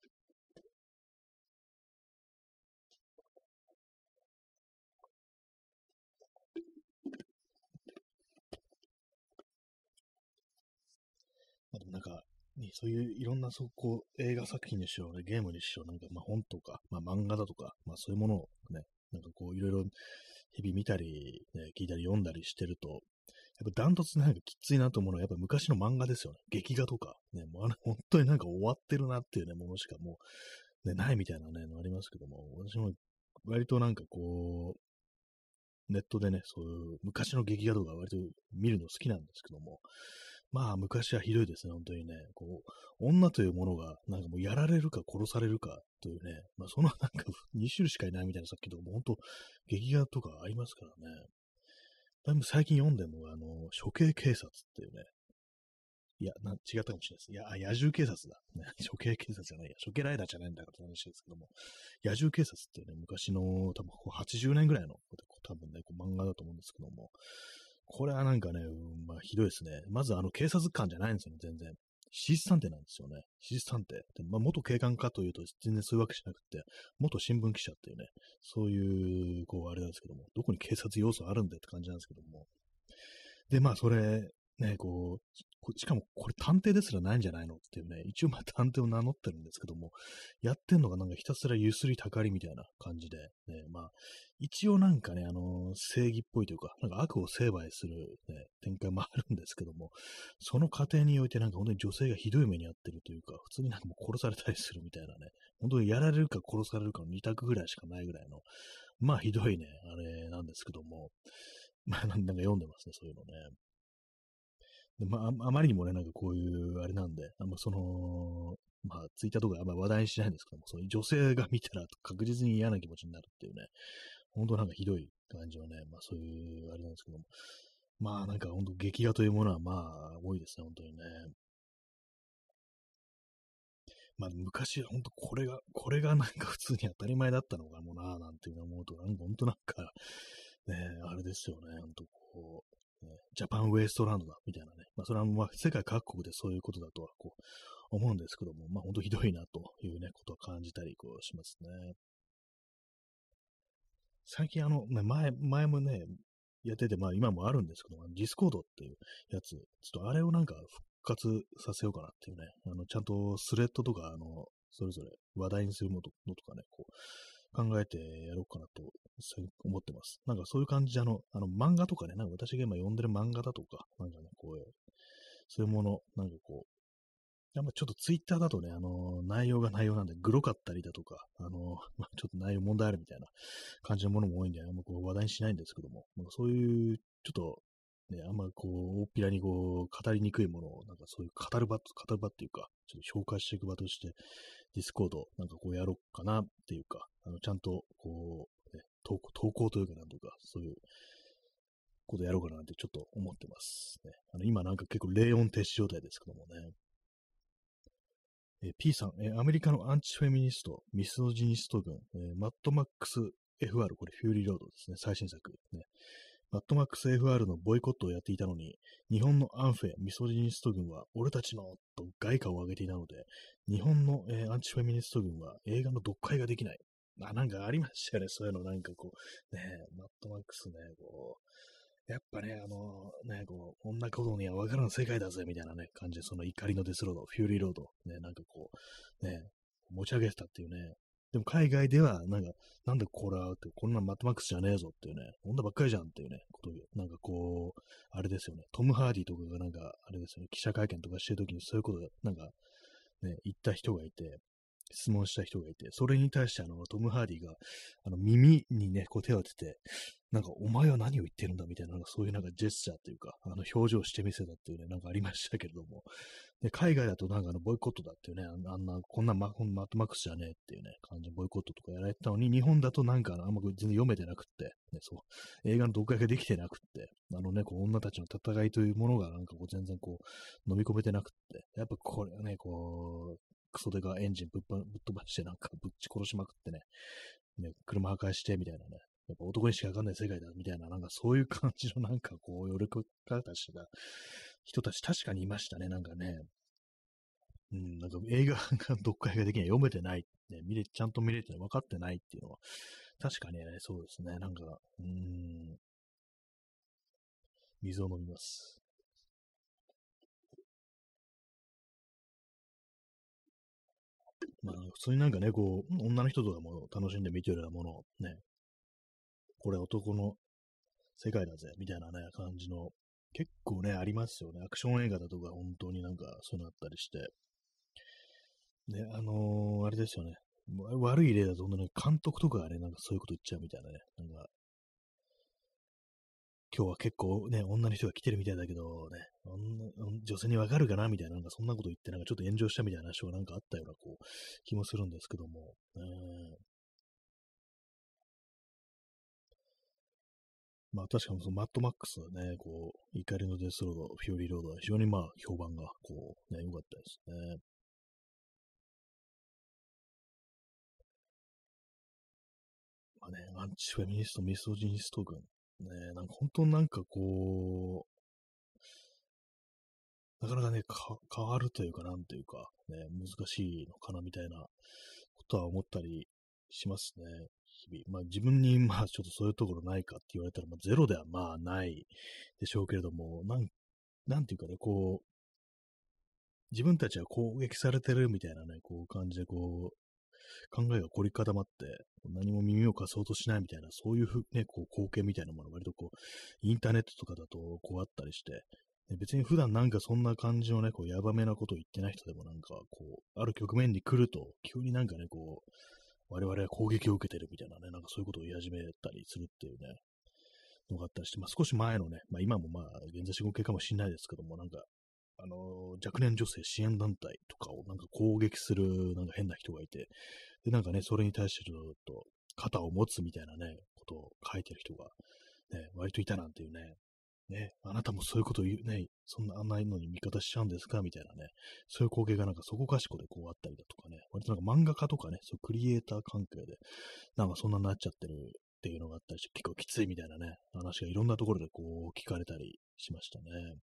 まあ、でもなんか、ね、そういういろんなこう映画作品にしろ、ね、ゲームにしろ、なんかまあ本とか、まあ漫画だとか、まあそういうものをね、なんかこういろいろ日々見たり、ね、聞いたり読んだりしてると、やっぱダントツなんかきついなと思うのは、やっぱ昔の漫画ですよね。劇画とか、ね、もう本当になんか終わってるなっていうね、ものしかもう、ね、ないみたいなね、のありますけども、私も割となんかこう、ネットでね、そういう昔の劇画とか割と見るの好きなんですけども、まあ昔はひどいですね、本当にね。こう、女というものが、なんかもうやられるか殺されるかというね、まあそのなんか2種類しかいないみたいなさっきとかも本当、劇画とかありますからね。だいぶ最近読んでるのが、処刑警察っていうね、いや、違ったかもしれないです。いや、野獣警察だ。ね、処刑警察じゃないや。処刑ライダーじゃないんだからって話ですけども、野獣警察っていうね、昔の多分こう80年ぐらいの、多分ね、こう漫画だと思うんですけども、これはなんかね、まあひどいですね。まず警察官じゃないんですよね、全然。私立探偵なんですよね。私立探偵。で、まあ、元警官かというと、全然そういうわけじゃなくて、元新聞記者っていうね、そういう、こう、あれなんですけども、どこに警察要素あるんだって感じなんですけども、で、まあ、それ、ね、しかもこれ探偵ですらないんじゃないのっていうね、一応まあ探偵を名乗ってるんですけども、やってんのがなんかひたすらゆすりたかりみたいな感じで、ね、まあ、一応なんかね、正義っぽいというか、なんか悪を成敗する、ね、展開もあるんですけども、その過程においてなんか本当に女性がひどい目に遭ってるというか、普通になんかもう殺されたりするみたいなね、本当にやられるか殺されるかの二択ぐらいしかないぐらいの、まあひどいね、あれなんですけども、まあなんか読んでますね、そういうのね。で、まあ、あまりにもね、なんかこういう、あれなんで、まあ、ツイッターとかあんま話題にしないんですけども、そういう女性が見たら確実に嫌な気持ちになるっていうね、本当なんかひどい感じのね、まあそういう、あれなんですけども、まあなんか本当劇画というものはまあ多いですね、本当にね。まあ昔は本当これがなんか普通に当たり前だったのかもな、なんていうのを思うと、なんか本当なんか、ね、あれですよね、本当こう、ね、ジャパンウエストランドだ、みたいなね。まあそれはまあ世界各国でそういうことだとはこう思うんですけども、まあ本当ひどいなというね、ことは感じたりこうしますね。最近前もね、やってて、まあ今もあるんですけども、ディスコードっていうやつ、ちょっとあれをなんか復活させようかなっていうね、ちゃんとスレッドとか、それぞれ話題にするのとかね、こう、考えてやろうかなと、そう思ってます。なんかそういう感じで、漫画とかね、なんか私が今読んでる漫画だとか、なんかね、こう、そういうもの、なんかこう、やっぱちょっとツイッターだとね、内容が内容なんで、グロかったりだとか、まあ、ちょっと内容問題あるみたいな感じのものも多いんで、あんまこう話題にしないんですけども、まあ、そういう、ちょっと、ね、あんまこう、大っぴらにこう、語りにくいものを、なんかそういう語る場っていうか、ちょっと紹介していく場として、ディスコード、なんかこうやろうかなっていうか、ちゃんと、こう、ね、投稿というかなんとか、そういうことやろうかなってちょっと思ってます。ね、今なんか結構冷温停止状態ですけどもね。P さん、アメリカのアンチフェミニスト、ミソジニスト軍、マッドマックス FR、これフューリーロードですね、最新作、ね。マッドマックス FR のボイコットをやっていたのに、日本のアンフェ、ミソジニスト軍は、俺たちの、と外貨を上げていたので、日本の、アンチフェミニスト軍は映画の読解ができない。なんかありましたよね、そういうの、なんかこう、ね、マッドマックスね、こう、やっぱね、こんなことには分からん世界だぜ、みたいなね、感じで、その怒りのデスロード、フューリーロード、ね、なんかこう、ね、持ち上げてたっていうね、 でも海外では、なんか、なんでこれはって、こんなんマッドマックスじゃねえぞっていうね、女ばっかりじゃんっていうね、ことを、なんかこう、あれですよね、トム・ハーディとかがなんか、あれですよね、記者会見とかしてるときにそういうことが、なんか、ね、言った人がいて、質問した人がいて、それに対してトム・ハーディが、耳にね、こう手を当てて、なんか、お前は何を言ってるんだみたいな、なんかそういうなんかジェスチャーというか、表情をしてみせたっていうね、なんかありましたけれども、で、海外だとなんかボイコットだっていうね、こんなマットマックスじゃねえっていうね、感じでボイコットとかやられてたのに、日本だとなんかあんま全然読めてなくって、ね、そう、映画の読解ができてなくって、こう、女たちの戦いというものがなんかこう、全然こう、飲み込めてなくって、やっぱこれはね、こう、クソデカエンジンぶっ飛ばしてなんかぶっち殺しまくってね、車破壊してみたいなね、やっぱ男にしかわかんない世界だみたいな、なんかそういう感じのなんかこう、寄り方した人たち確かにいましたね、なんかね。うん、なんか映画が読解ができない、読めてない、ね、ちゃんと見れて分かってないっていうのは、確かにね、そうですね、なんか、水を飲みます。まあ、普通になんかね、こう、女の人とかも楽しんで見てるようなものをね、これ男の世界だぜ、みたいなね、感じの、結構ね、ありますよね。アクション映画だとか、本当になんか、そういうのあったりして。ね、あれですよね。悪い例だと、本当に監督とかがね、なんかそういうこと言っちゃうみたいなね。なんか、今日は結構ね、女の人が来てるみたいだけど、ね、女性にわかるかなみたいな、なんかそんなこと言って、なんかちょっと炎上したみたいな話がなんかあったような、こう、気もするんですけども。まあ確かにそのマッドマックスはね、こう、怒りのデスロード、フューリーロードは非常にまあ評判がこう、ね、良かったですね。まあね、アンチフェミニスト、ミソジニスト軍。ね、なんか本当なんかこなかなかね、変わるというか、なんというか、ね、難しいのかなみたいなことは思ったりしますね。日々。まあ自分に、まあちょっとそういうところないかって言われたら、まあゼロではまあないでしょうけれども、なんていうかね、こう、自分たちは攻撃されてるみたいなね、こう感じでこう、考えが凝り固まって、何も耳を貸そうとしないみたいな、そういうね、こう光景みたいなもの割とこう、インターネットとかだとこうあったりして、別に普段なんかそんな感じのね、こう、やばめなことを言ってない人でもなんか、こう、ある局面に来ると、急になんかね、こう、我々は攻撃を受けてるみたいなね、なんかそういうことを言い始めたりするっていうね、のがあったりして、まあ少し前のね、まあ今もまあ現在進行形かもしれないですけども、なんか、若年女性支援団体とかをなんか攻撃するなんか変な人がいて、で、なんかね、それに対してちょっと肩を持つみたいなね、ことを書いてる人が、ね、割といたなんていうね、ね、あなたもそういうこと言うね、そんなあんなのに味方しちゃうんですかみたいなね、そういう光景がなんかそこかしこでこうあったりだとかね、割となんか漫画家とかね、そうクリエイター関係で、なんかそんなになっちゃってるっていうのがあったりして、結構きついみたいなね、話がいろんなところでこう聞かれたりしましたね。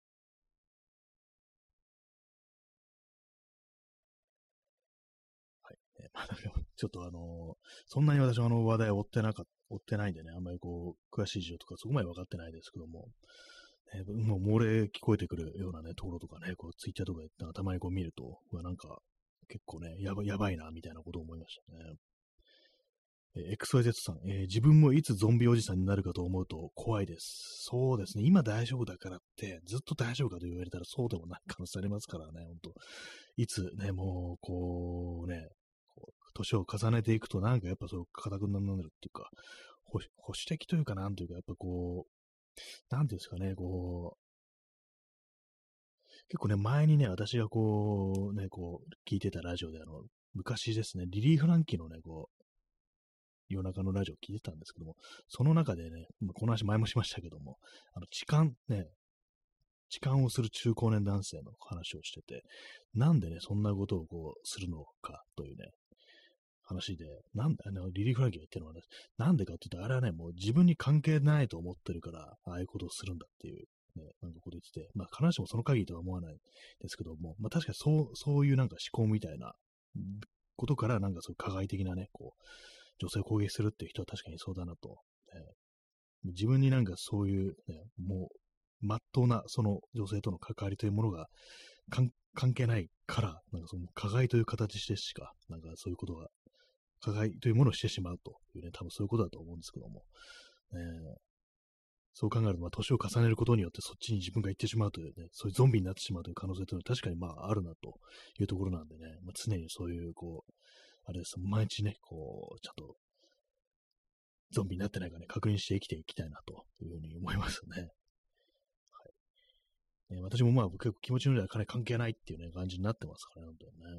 はい。まあ、ちょっとそんなに私は話題を追ってないんでね、あんまりこう、詳しい事情とかそこまで分かってないですけども、もう漏れ聞こえてくるようなね、ところとかね、こう、ツイッターとかでなんかたまにこう見ると、なんか、結構ね、やばいな、みたいなことを思いましたね。XYZ さん、自分もいつゾンビおじさんになるかと思うと怖いです。そうですね、今大丈夫だからって、ずっと大丈夫かと言われたらそうでもない可能性ありますからね、本当いつね、もう、こうね、年を重ねていくと、なんかやっぱそう、硬くなるっていうか、保守的というか、なんというか、やっぱこう、なんていうんですかね、こう、結構ね、前にね、私がこう、ね、こう、聞いてたラジオで、昔ですね、リリー・フランキーのね、こう、夜中のラジオを聞いてたんですけども、その中でね、まあ、この話前もしましたけども、痴漢をする中高年男性の話をしてて、なんでね、そんなことをこう、するのかというね、話で、なんで、リリー・フランキーが言ってるのはね、なんでかって言うと、あれはね、もう自分に関係ないと思ってるから、ああいうことをするんだっていう、ね、なんかこと言ってて、まあ、必ずしもその限りとは思わないですけども、まあ、確かにそういうなんか思考みたいなことから、なんかそういう加害的なね、こう、女性を攻撃するっていう人は確かにそうだなと。自分になんかそういう、ね、もう、まっとうな、その女性との関わりというものが関係ないから、なんかその加害という形でしか、なんかそういうことが加害というものをしてしまうというね、多分そういうことだと思うんですけども、そう考えると、年を重ねることによってそっちに自分が行ってしまうというね、そういうゾンビになってしまうという可能性というのは確かにあるなというところなんでね、常にそういう、あれです、毎日ね、ちゃんとゾンビになってないかね、確認して生きていきたいなというふうに思いますね。私も結構気持ちの上では金関係ないっていうね、感じになってますからね、本当にね。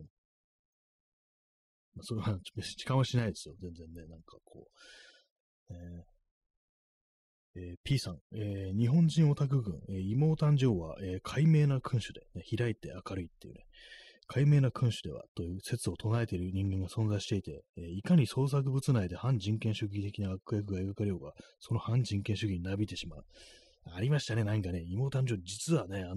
それは別に時間はしないですよ、全然ね、P さん、日本人オタク軍、妹誕生は、解明な君主で、ね、開いて明るいっていうね、解明な君主ではという説を唱えている人間が存在していて、いかに創作物内で反人権主義的な悪役が描かれようが、その反人権主義になびいてしまう。ありましたね、なんかね、妹誕生、実はね、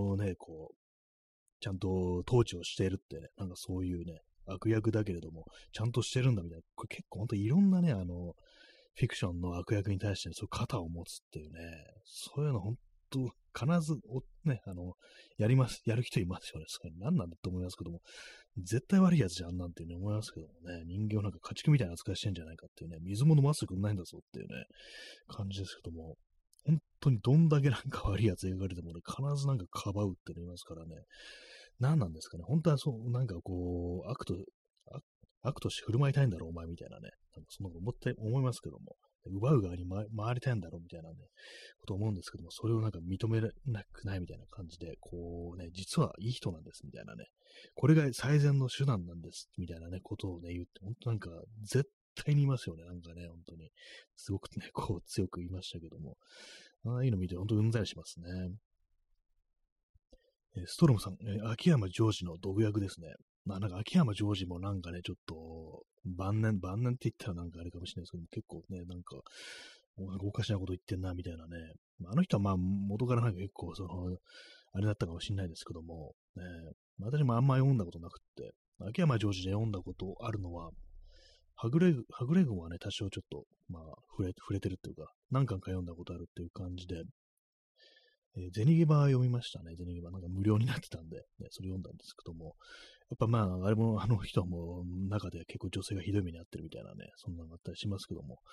ちゃんと統治をしているってね、なんかそういうね、悪役だけれども、ちゃんとしてるんだみたいな、これ結構本当いろんなね、フィクションの悪役に対して、そういう肩を持つっていうね、そういうの本当、必ずね、やる人いますよね。それ何なんだと思いますけども、絶対悪いやつじゃんなんていうね、思いますけどもね、人間をなんか家畜みたいな扱いしてんじゃないかっていうね、水も飲ませてくんないんだぞっていうね、感じですけども、本当にどんだけなんか悪いやつ描かれてもね、必ずなんかかばうって言いますからね、何なんですかね、本当はそう、悪として振る舞いたいんだろう、お前みたいなね。そんなこと思いますけども。奪う側に回りたいんだろうみたいなね、こと思うんですけども、それをなんか認めなくないみたいな感じで、実はいい人なんですみたいなね。これが最善の手段なんですみたいなね、ことをね、言って、本当なんか、絶対に言いますよね。なんかね、本当に。すごくね、強く言いましたけども。ああいうの見て、本当うんざりしますね。ストロムさん、秋山ジョージのドブ役ですね。なんか秋山ジョージもなんかね、ちょっと、晩年って言ったらなんかあれかもしれないですけども、結構ね、なんかおかしなこと言ってんな、みたいなね。あの人は元からなんか結構、あれだったかもしれないですけども、ね、私もあんま読んだことなくって、秋山ジョージで読んだことあるのは、はぐれ軍はね、多少ちょっと、触れてるっていうか、何巻か読んだことあるっていう感じで、ゼニゲバ読みましたね。ゼニゲバなんか無料になってたんで、ね、それ読んだんですけども、やっぱあれも、あの人も中で結構女性がひどい目に遭ってるみたいなね、そんなのがあったりしますけども、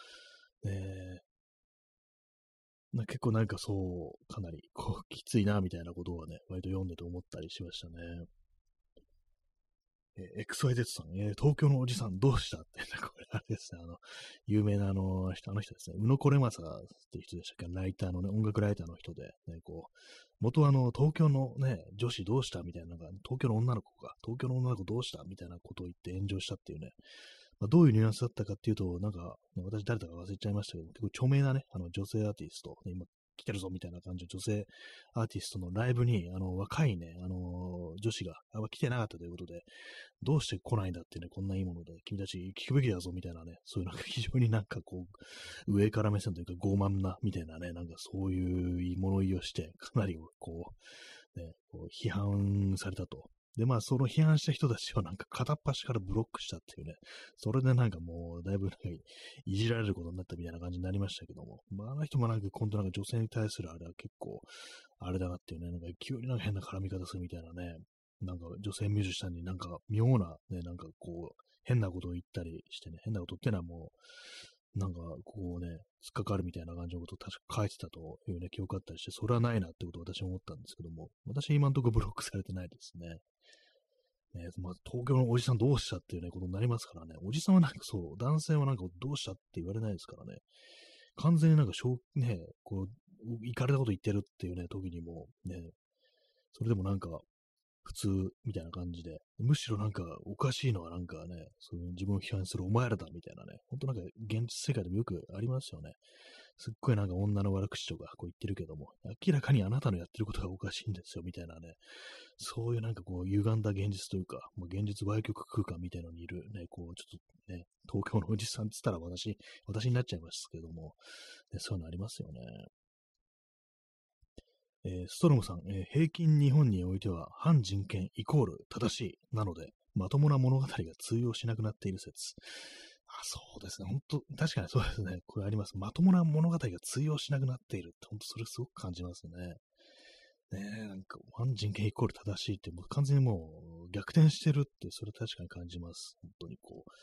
結構なんかそう、かなり、きついな、みたいなことはね、割と読んでて思ったりしましたね。XYZ さん、東京のおじさんどうしたってね、これあれですね、有名なあの人ですね、宇野これまさっていう人でしたっけ、ライターのね、音楽ライターの人で、ね、元は東京のね、女子どうしたみたいな、東京の女の子東京の女の子どうしたみたいなことを言って炎上したっていうね、どういうニュアンスだったかっていうと、なんか、ね、私誰だか忘れちゃいましたけど、結構著名なね、女性アーティスト、ね、今来てるぞみたいな感じの女性アーティストのライブに、若いね、女子が来てなかったということで、どうして来ないんだってね、こんないいもので、君たち聞くべきだぞみたいなね、そういうなんか非常になんか上から目線というか傲慢なみたいなね、なんかそういう物言いをして、かなり批判されたと。で、その批判した人たちをなんか片っ端からブロックしたっていうね、それでなんかもう、だいぶなんかいじられることになったみたいな感じになりましたけども、あの人もなんか今度なんか女性に対するあれは結構、あれだなっていうね、なんか急になんか変な絡み方するみたいなね、なんか女性ミュージシャンになんか妙なね、なんか変なことを言ったりしてね、変なことってのはもう、なんか突っかかるみたいな感じのことを確か書いてたというね、記憶あったりして、それはないなってことを私は思ったんですけども、私今んところブロックされてないですね。東京のおじさんどうしたっていうね、ことになりますからね。おじさんはなんかそう、男性はなんかどうしたって言われないですからね。完全になんか行かれたこと言ってるっていうね、時にも、ね、それでもなんか、普通みたいな感じで、むしろなんかおかしいのはなんかね、そういう自分を批判するお前らだみたいなね、ほんとなんか現実世界でもよくありますよね。すっごいなんか女の悪口とか言ってるけども、明らかにあなたのやってることがおかしいんですよみたいなね、そういうなんか歪んだ現実というか、現実歪曲空間みたいのにいるね、ちょっとね、東京のおじさんって言ったら私になっちゃいますけども、ね、そういうのありますよね。ストロムさん、平均日本においては反人権イコール正しいなので、まともな物語が通用しなくなっている説。そうですね。本当確かにそうですね。これあります。まともな物語が通用しなくなっているって、本当それすごく感じますね。なんか、反人権イコール正しいって、もう完全にもう逆転してるって、それ確かに感じます。本当に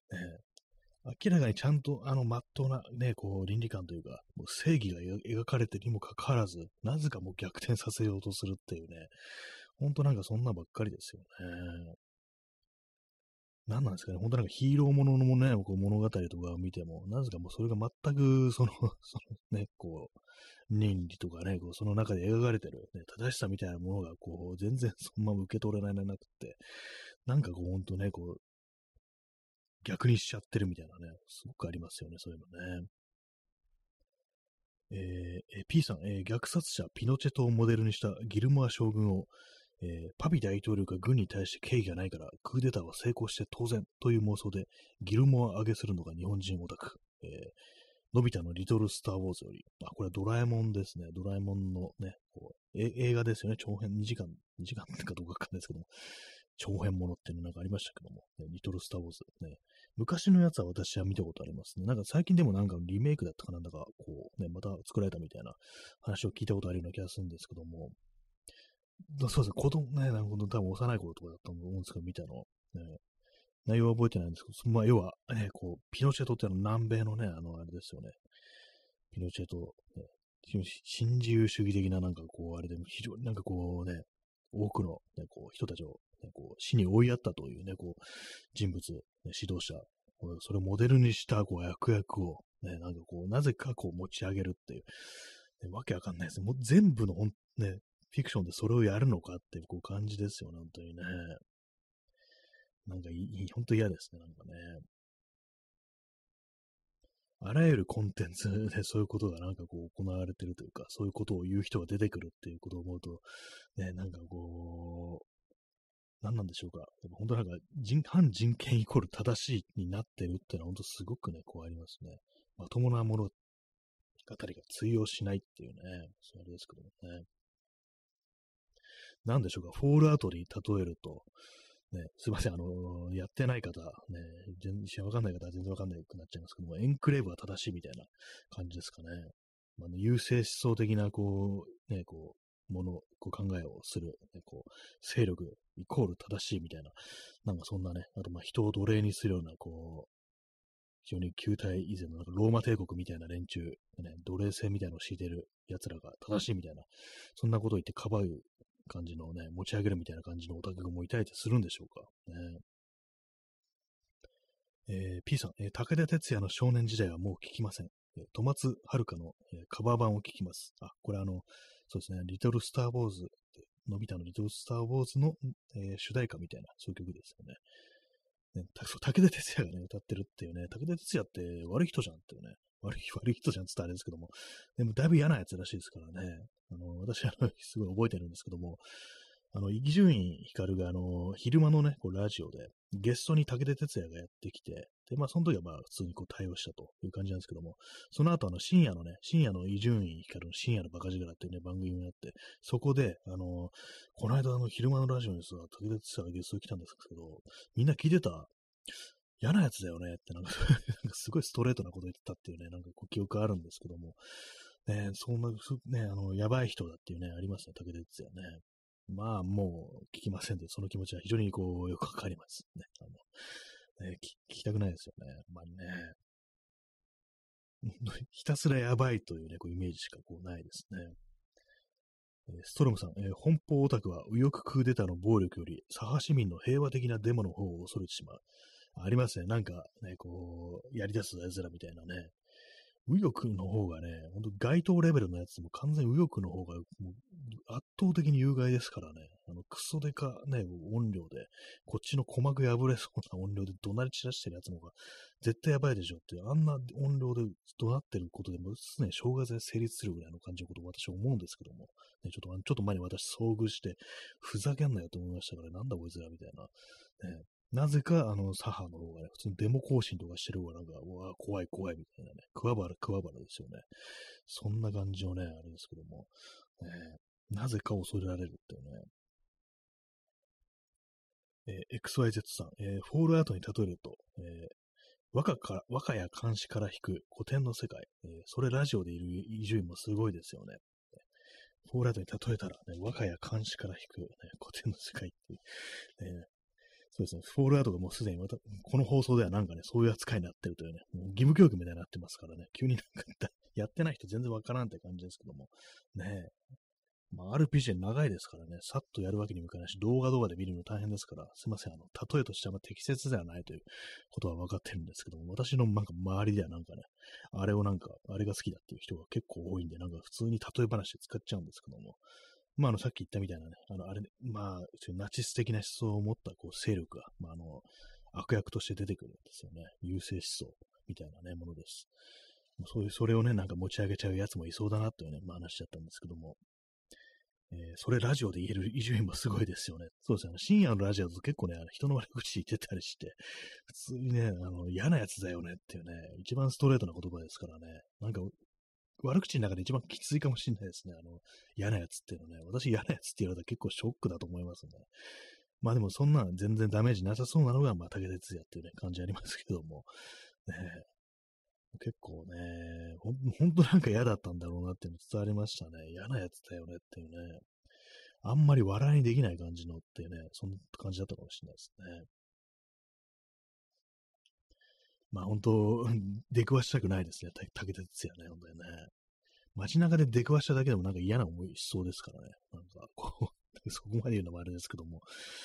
明らかにちゃんと、まっとうな、ね、こう、倫理観というか、もう正義が描かれてにもかかわらず、なぜかもう逆転させようとするっていうね、ほんとなんかそんなばっかりですよね。なんなんですかね、本当なんかヒーローもののね、こう物語とかを見ても、なぜかもうそれが全く、そのね、こう、倫理とかね、こうその中で描かれてる、ね、正しさみたいなものが、こう、全然そのまま受け取れないなくって、なんかこう、ほんとね、こう、逆にしちゃってるみたいなね、すごくありますよね、そういうのね。P さん、虐殺者ピノチェトをモデルにしたギルモア将軍を、パビ大統領が軍に対して敬意がないからクーデターは成功して当然という妄想でギルモアを上げするのが日本人オタク。のび太のリトルスター・ウォーズより、これはドラえもんですね。ドラえもんのね、こう映画ですよね。長編2時間かどうかわかんないですけども、長編ものっていうのなんかありましたけども、ね、リトルスター・ウォーズ、ね。昔のやつは私は見たことありますね。なんか最近でもなんかリメイクだったかなんだか、こうね、また作られたみたいな話を聞いたことあるような気がするんですけども、そうですね、子供ね、なるほど、多分幼い頃とかだったと思うんですけど、見たの。ね、内容は覚えてないんですけど、まあ、要は、ね、こう、ピノチェトって南米のね、あれですよね。ピノチェト、ね、新自由主義的ななんかこう、あれで、非常になんかこうね、多くの、ね、こう人たちを、ね、こう死に追いやったというね、こう、人物、ね、指導者、それをモデルにしたこう悪役を、ね、なんかこう、なぜかこう持ち上げるっていう、ね、わけわかんないです。もう全部のね、フィクションでそれをやるのかっていうこう感じですよね、本当にね。なんか本当嫌ですね、なんかね。あらゆるコンテンツでそういうことがなんかこう行われてるというか、そういうことを言う人が出てくるっていうことを思うと、ね、なんかこう、何なんでしょうか。でも本当なんか反人権イコール正しいになってるっていうのは本当すごくね、こうありますね。まともな物語が通用しないっていうね、それですけどもね。なんでしょうか、フォールアウトに例えると、ね、すいません、やってない方、ね、全然わかんない方は全然わかんないくなっちゃいますけども、エンクレーブは正しいみたいな感じですかね。まあ、優勢思想的な、こう、ね、こう、こう考えをする、ね、こう、勢力イコール正しいみたいな、なんかそんなね、あとまあ人を奴隷にするような、こう、非常に旧体以前のなんかローマ帝国みたいな連中、ね、奴隷制みたいなのを敷いてる奴らが正しいみたいな、そんなことを言ってかばう感じのね、持ち上げるみたいな感じのオタクがもういたりするんでしょうか。ね。P さん、武田鉄矢の少年時代はもう聞きません。戸松遥の、カバー版を聞きます。これそうですね、リトルスター・ウォーズ、のび太のリトルスター・ウォーズの、主題歌みたいな、そういう曲ですよね。そう武田鉄矢がね、歌ってるっていうね、武田鉄矢って悪い人じゃんっていうね、悪い人じゃんって言ったらあれですけども、でもだいぶ嫌なやつらしいですからね、私すごい覚えてるんですけども、伊集院光が、昼間のね、こう、ラジオで、ゲストに武田鉄矢がやってきて、で、まあ、その時はまあ、普通にこう、対応したという感じなんですけども、その後、深夜の伊集院光の深夜のバカ力っていうね、番組があって、そこで、この間、昼間のラジオにさ、武田鉄矢がゲストに来たんですけど、みんな聞いてた嫌なやつだよねってなんかすごいストレートなこと言ってたっていうね、なんかこう記憶あるんですけども、ね、そんな、ね、やばい人だっていうね、ありますね、武田鉄矢ね。まあ、もう聞きませんで、その気持ちは非常にこう、よくわかりますね。聞きたくないですよね。あんまりね。ひたすらやばいというね、こうイメージしかこうないですね。ストロムさん、本邦オタクは右翼クーデターの暴力より、左派市民の平和的なデモの方を恐れてしまう。ありますね。なんかね、こう、やり出す奴らみたいなね。右翼の方がね、ほんと街頭レベルのやつも完全に右翼の方がもう圧倒的に有害ですからね。クソデカね、音量で、こっちの鼓膜破れそうな音量で怒鳴り散らしてるやつの方が絶対やばいでしょっていう、あんな音量で怒鳴ってることでもすでに障害罪成立するぐらいの感じのことを私は思うんですけども、ね、ちょっと前に私遭遇して、ふざけんなよと思いましたから、なんだこいつらみたいな。ね、なぜか、左派の方がね、普通にデモ行進とかしてる方がなんか、うわ、怖い怖いみたいなね、桑原ですよね。そんな感じのね、あれですけども、なぜか恐れられるっていうね。XYZ さん、フォールアウトに例えると、和歌や漢詩から引く古典の世界、それラジオでいる伊集院もすごいですよね。フォールアウトに例えたら、ね、和歌や漢詩から引く、ね、古典の世界っていう、 そうですね、フォールアウトがもうすでにこの放送ではなんかね、そういう扱いになってるというね、もう義務教育みたいになってますからね、急になんかやってない人全然わからんって感じですけども、ねえ、まあ、RPG 長いですからね、さっとやるわけにもいかないし、動画で見るの大変ですから、すいません、例えとしては適切ではないということは分かってるんですけども、私のなんか周りではなんかね、あれが好きだっていう人が結構多いんで、なんか普通に例え話で使っちゃうんですけども、まあ、さっき言ったみたいなね、まあ、ナチス的な思想を持ったこう勢力が、まあ、悪役として出てくるんですよね。優勢思想みたいなね、ものです。それをね、なんか持ち上げちゃうやつもいそうだなというね、まあ話しちゃったんですけども、それラジオで言える伊集院もすごいですよね。そうですね。深夜のラジオだと結構ね、人の悪口言ってたりして、普通にね、嫌なやつだよねっていうね、一番ストレートな言葉ですからね。なんか、悪口の中で一番きついかもしれないですね。嫌なやつっていうのね。私嫌なやつって言われたら結構ショックだと思いますね。まあでもそんな全然ダメージなさそうなのが、まあ武田鉄矢っていうね、感じありますけども。ね、結構ね、ほんとなんか嫌だったんだろうなっていうの伝わりましたね。嫌なやつだよねっていうね。あんまり笑いにできない感じのっていうね、そんな感じだったかもしれないですね。まあ本当、出くわしたくないですね。武田鉄矢ね、本当にね。街中で出くわしただけでもなんか嫌な思いしそうですからね。なんか、そこまで言うのもあれですけども。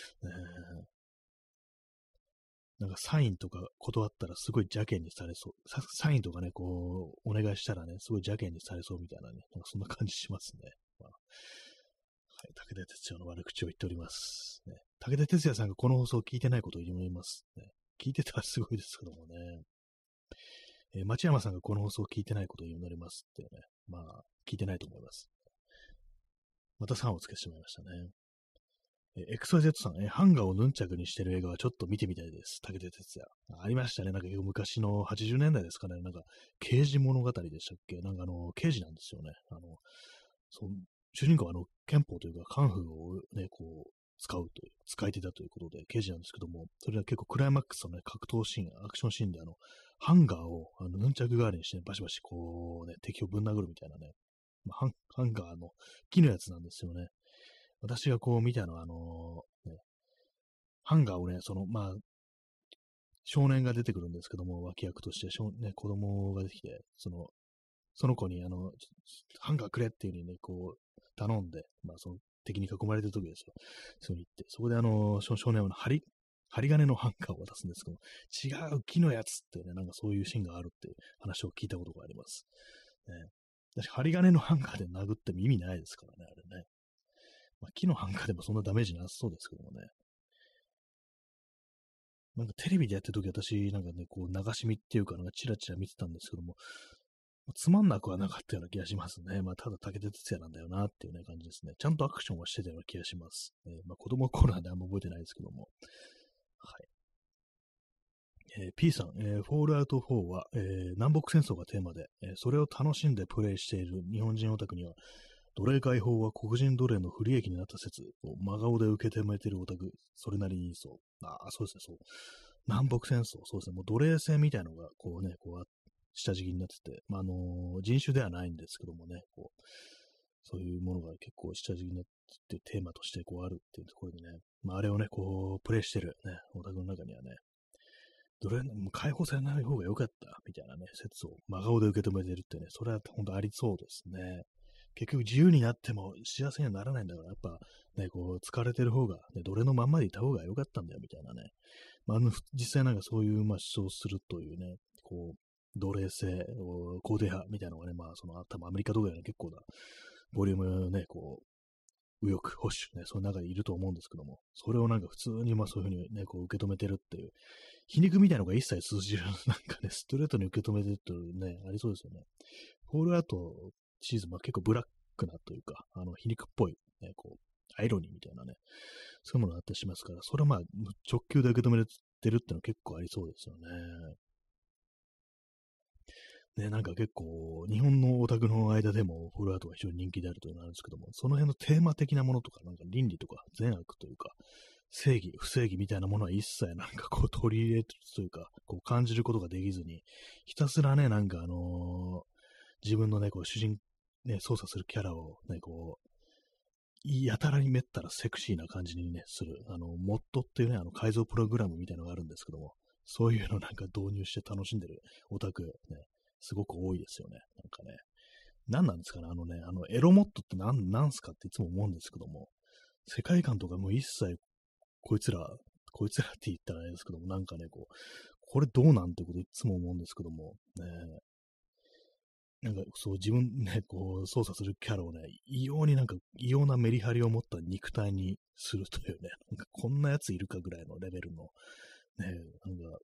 なんかサインとか断ったらすごい邪険にされそう。サインとかね、こう、お願いしたらね、すごい邪険にされそうみたいなね、なんかそんな感じしますね。まあ、はい、武田鉄矢の悪口を言っております。ね、武田鉄矢さんがこの放送を聞いてないことを言います。ね、聞いてたらすごいですけどもね。町山さんがこの放送を聞いてないことを言うのりますってね。まあ、聞いてないと思います。また3をつけてしまいましたね。XYZ さん、ハンガーをヌンチャクにしてる映画はちょっと見てみたいです。武田鉄矢。ありましたね。なんか昔の80年代ですかね。なんか、刑事物語でしたっけ。なんか刑事なんですよね。その主人公は憲法というか、カンフーをね、こう、使い手だということで、刑事なんですけども、それは結構クライマックスのね、格闘シーン、アクションシーンでハンガーを、ヌンチャク代わりにして、ね、バシバシこうね、敵をぶん殴るみたいなね、まあ、ハンガーの木のやつなんですよね。私がこう見たのは、ね、ハンガーをね、まあ、少年が出てくるんですけども、脇役として、ね、子供ができて、その子に、ハンガーくれっていう風にね、こう、頼んで、まあ、その敵に囲まれてる時ですよ。そう言って、そこで少年は針金のハンガーを渡すんですけども、違う木のやつってね、なんかそういうシーンがあるっていう話を聞いたことがあります。ね、私、針金のハンガーで殴っても意味ないですからね、あれね。まあ、木のハンガーでもそんなダメージなさそうですけどもね。なんかテレビでやってるとき私、なんかね、こう流し見っていうか、なんかチラチラ見てたんですけども、つまんなくはなかったような気がしますね。まあ、ただ武田鉄矢なんだよなっていうね、感じですね。ちゃんとアクションはしてたような気がします。まあ、子供の頃なんであんま覚えてないですけども。はい。P さん、フォールアウト4は、南北戦争がテーマで、それを楽しんでプレイしている日本人オタクには、奴隷解放は黒人奴隷の不利益になった説を真顔で受け止めているオタク、それなりにいいそう。ああ、そうですね、そう。南北戦争、そうですね、もう奴隷制みたいなのが、こうね、こう、下敷きになってて、まあ、人種ではないんですけどもね、こう、そういうものが結構下敷きになってテーマとしてこうあるっていうところでね、まあ、あれをね、こう、プレイしてるね、オタクの中にはね、もう解放されない方が良かった、みたいなね、説を真顔で受け止めてるってね、それは本当ありそうですね。結局自由になっても幸せにはならないんだから、やっぱね、こう、疲れてる方が、ね、奴隷のまんまでいた方が良かったんだよ、みたいなね。まあ、実際なんかそういう、まあ、主張するというね、こう、奴隷制、肯定派みたいなのがね、まあ、多分アメリカとかでは結構な、ボリュームね、こう、右翼、保守ね、その中にいると思うんですけども、それをなんか普通にまあそういうふうにね、こう受け止めてるっていう、皮肉みたいなのが一切通じる、なんかね、ストレートに受け止めてるとね、ありそうですよね。フォールアウトシーズンは結構ブラックなというか、皮肉っぽい、ね、こう、アイロニーみたいなね、そういうものがあったりしますから、それはまあ直球で受け止めてるってのは結構ありそうですよね。ね、なんか結構、日本のオタクの間でもフォールアウトが非常に人気であるというのがあるんですけども、その辺のテーマ的なものとか、なんか倫理とか善悪というか、正義、不正義みたいなものは一切なんかこう取り入れるというか、こう感じることができずに、ひたすらね、なんか自分のね、こう主人、ね、操作するキャラをね、こう、 やたらにめったらセクシーな感じにね、する、モッドっていうね、改造プログラムみたいなのがあるんですけども、そういうのなんか導入して楽しんでるオタク、ね、すごく多いですよね。なんかね、何なんですかね、エロモッドってなんすかっていつも思うんですけども、世界観とかもう一切こいつらって言ったらあれですけども、なんかね、これどうなんてこといつも思うんですけども、ね、なんかそう自分ね、操作するキャラをね、異様なメリハリを持った肉体にするというね、なんかこんなやついるかぐらいのレベルの、ね、なんか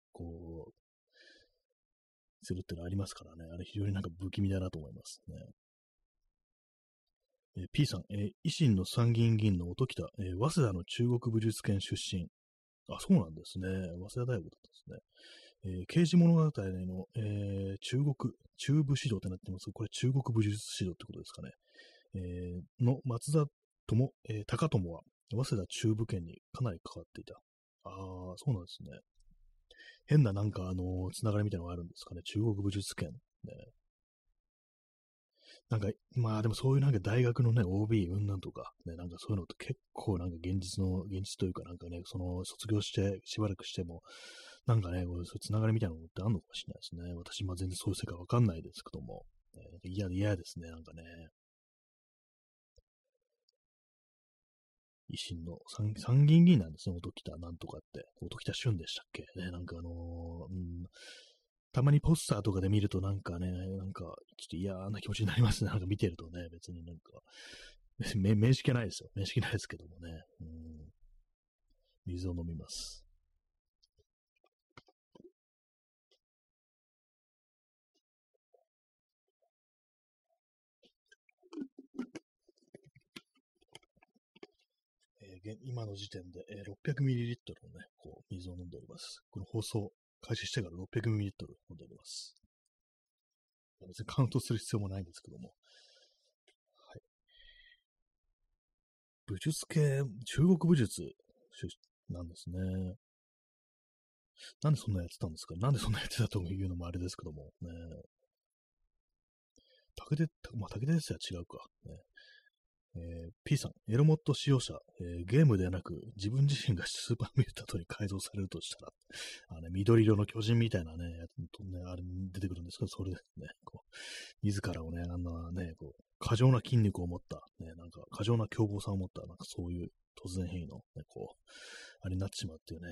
するってのありますからね、あれ非常になんか不気味だなと思いますね。P さん、維新の参議院議員の音喜多、早稲田の中国武術研出身。あ、そうなんですね。早稲田大学だったんですね。刑事物語の、中部指導ってなってますが、これ中国武術指導ってことですかね。の松田高友は、早稲田中部圏にかなり関わっていた。ああ、そうなんですね。変ななんか、つながりみたいなのがあるんですかね。中国武術圏。ね、なんか、まあでもそういうなんか大学のね、OB 云々とか、ね、なんかそういうのって結構なんか現実というかなんかね、卒業してしばらくしても、なんかね、そういうつながりみたいなのってあるのかもしれないですね。私、まあ全然そういう世界わかんないですけども、嫌ですね、なんかね。維新の参議院議員なんですね、音喜多なんとかって。音喜多俊でしたっけね、なんかたまにポスターとかで見るとなんかね、なんかちょっと嫌な気持ちになりますね。なんか見てるとね、別になんか、面識ないですよ。面識ないですけどもね。水を飲みます。今の時点で、600ml のね、水を飲んでおります。この放送開始してから 600ml 飲んでおります。別にカウントする必要もないんですけども。はい。武術系、中国武術なんですね。なんでそんなやってたんですか？なんでそんなやってたというのもあれですけども。ね、武田鉄矢は違うか。ね、P さん、エロモッド使用者、ゲームではなく自分自身がスーパーミュータントに改造されるとしたら、緑色の巨人みたいなね、やつとね、あれに出てくるんですけど、それですね、自らをね、あんなね、過剰な筋肉を持った、ね、なんか過剰な凶暴さを持った、なんかそういう突然変異の、ね、あれになってしまうっていうね、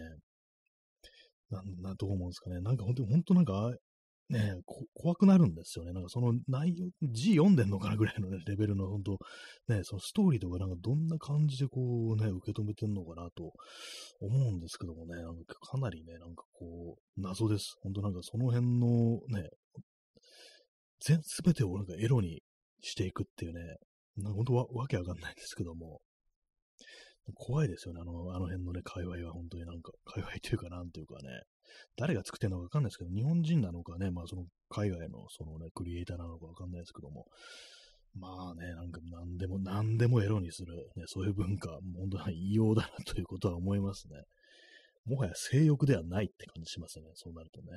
どう思うんですかね。なんか本当なんか、ね、怖くなるんですよね。なんかその内容、字読んでんのかなぐらいの、ね、レベルの、本当ね、そのストーリーとかなんかどんな感じで受け止めてんのかなと思うんですけどもね、なんかかなりね、なんか謎です。本当なんかその辺のね、すべてをなんかエロにしていくっていうね、なんか本当わけわかんないんですけども、怖いですよね、あの辺のね、界隈は本当になんか、界隈というかなんというかね、誰が作ってるのかわかんないですけど、日本人なのかね、まあその海外のそのね、クリエイターなのかわかんないですけども、まあね、なんか何でもエロにする、ね、そういう文化、もう本当に異様だなということは思いますね。もはや性欲ではないって感じしますね、そうなるとね。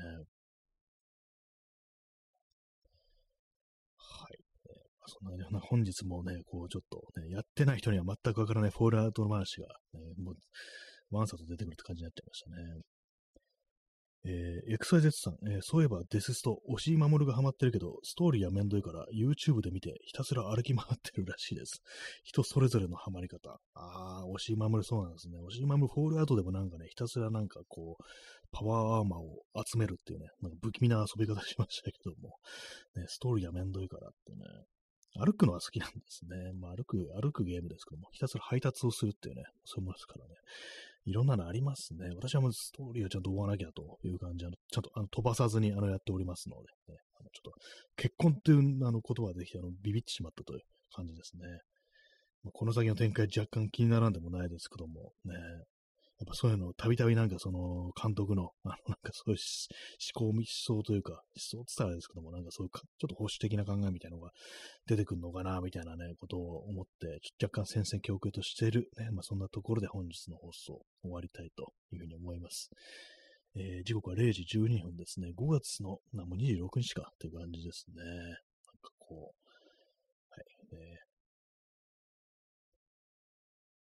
はい。そんなような本日もね、ちょっとね、やってない人には全くわからないフォールアウトの話が、ね、もう、ワンサと出てくるって感じになっちゃいましたね。XYZ さん、そういえばデススト、押井守がハマってるけど、ストーリーはめんどいから YouTube で見てひたすら歩き回ってるらしいです。人それぞれのハマり方。押井守そうなんですね。押井守フォールアウトでもなんかね、ひたすらなんかパワーアーマーを集めるっていうね、なんか不気味な遊び方しましたけども、ね、ストーリーはめんどいからってね、歩くのは好きなんですね。まあ歩くゲームですけども、ひたすら配達をするっていうね、そういうものですからね。いろんなのありますね。私はまずストーリーをちゃんと追わなきゃという感じで、ちゃんと飛ばさずにやっておりますので、ね、ちょっと結婚っていう言葉ができてビビってしまったという感じですね。まあ、この先の展開若干気にならんでもないですけども、ね、やっぱそういうのをたびたびなんかその監督の、なんかそういう思想というか、思想って言ったらあれですけども、なんかそういうちょっと保守的な考えみたいなのが出てくるのかな、みたいなね、ことを思って、ちょっと若干戦々恐々としている、ね、まあそんなところで本日の放送終わりたいというふうに思います。時刻は0時12分ですね。5月の、もう26日かっていう感じですね。なんかはい。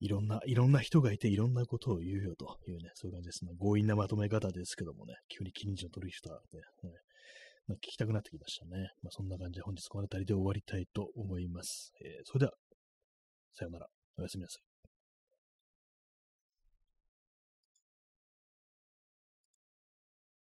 いろんな人がいていろんなことを言うよというね、そういう感じです。まあ、強引なまとめ方ですけどもね、急に近所の取引とはね、なんか聞きたくなってきましたね。まあ、そんな感じで本日この辺りで終わりたいと思います。それでは、さようなら。おやすみなさい。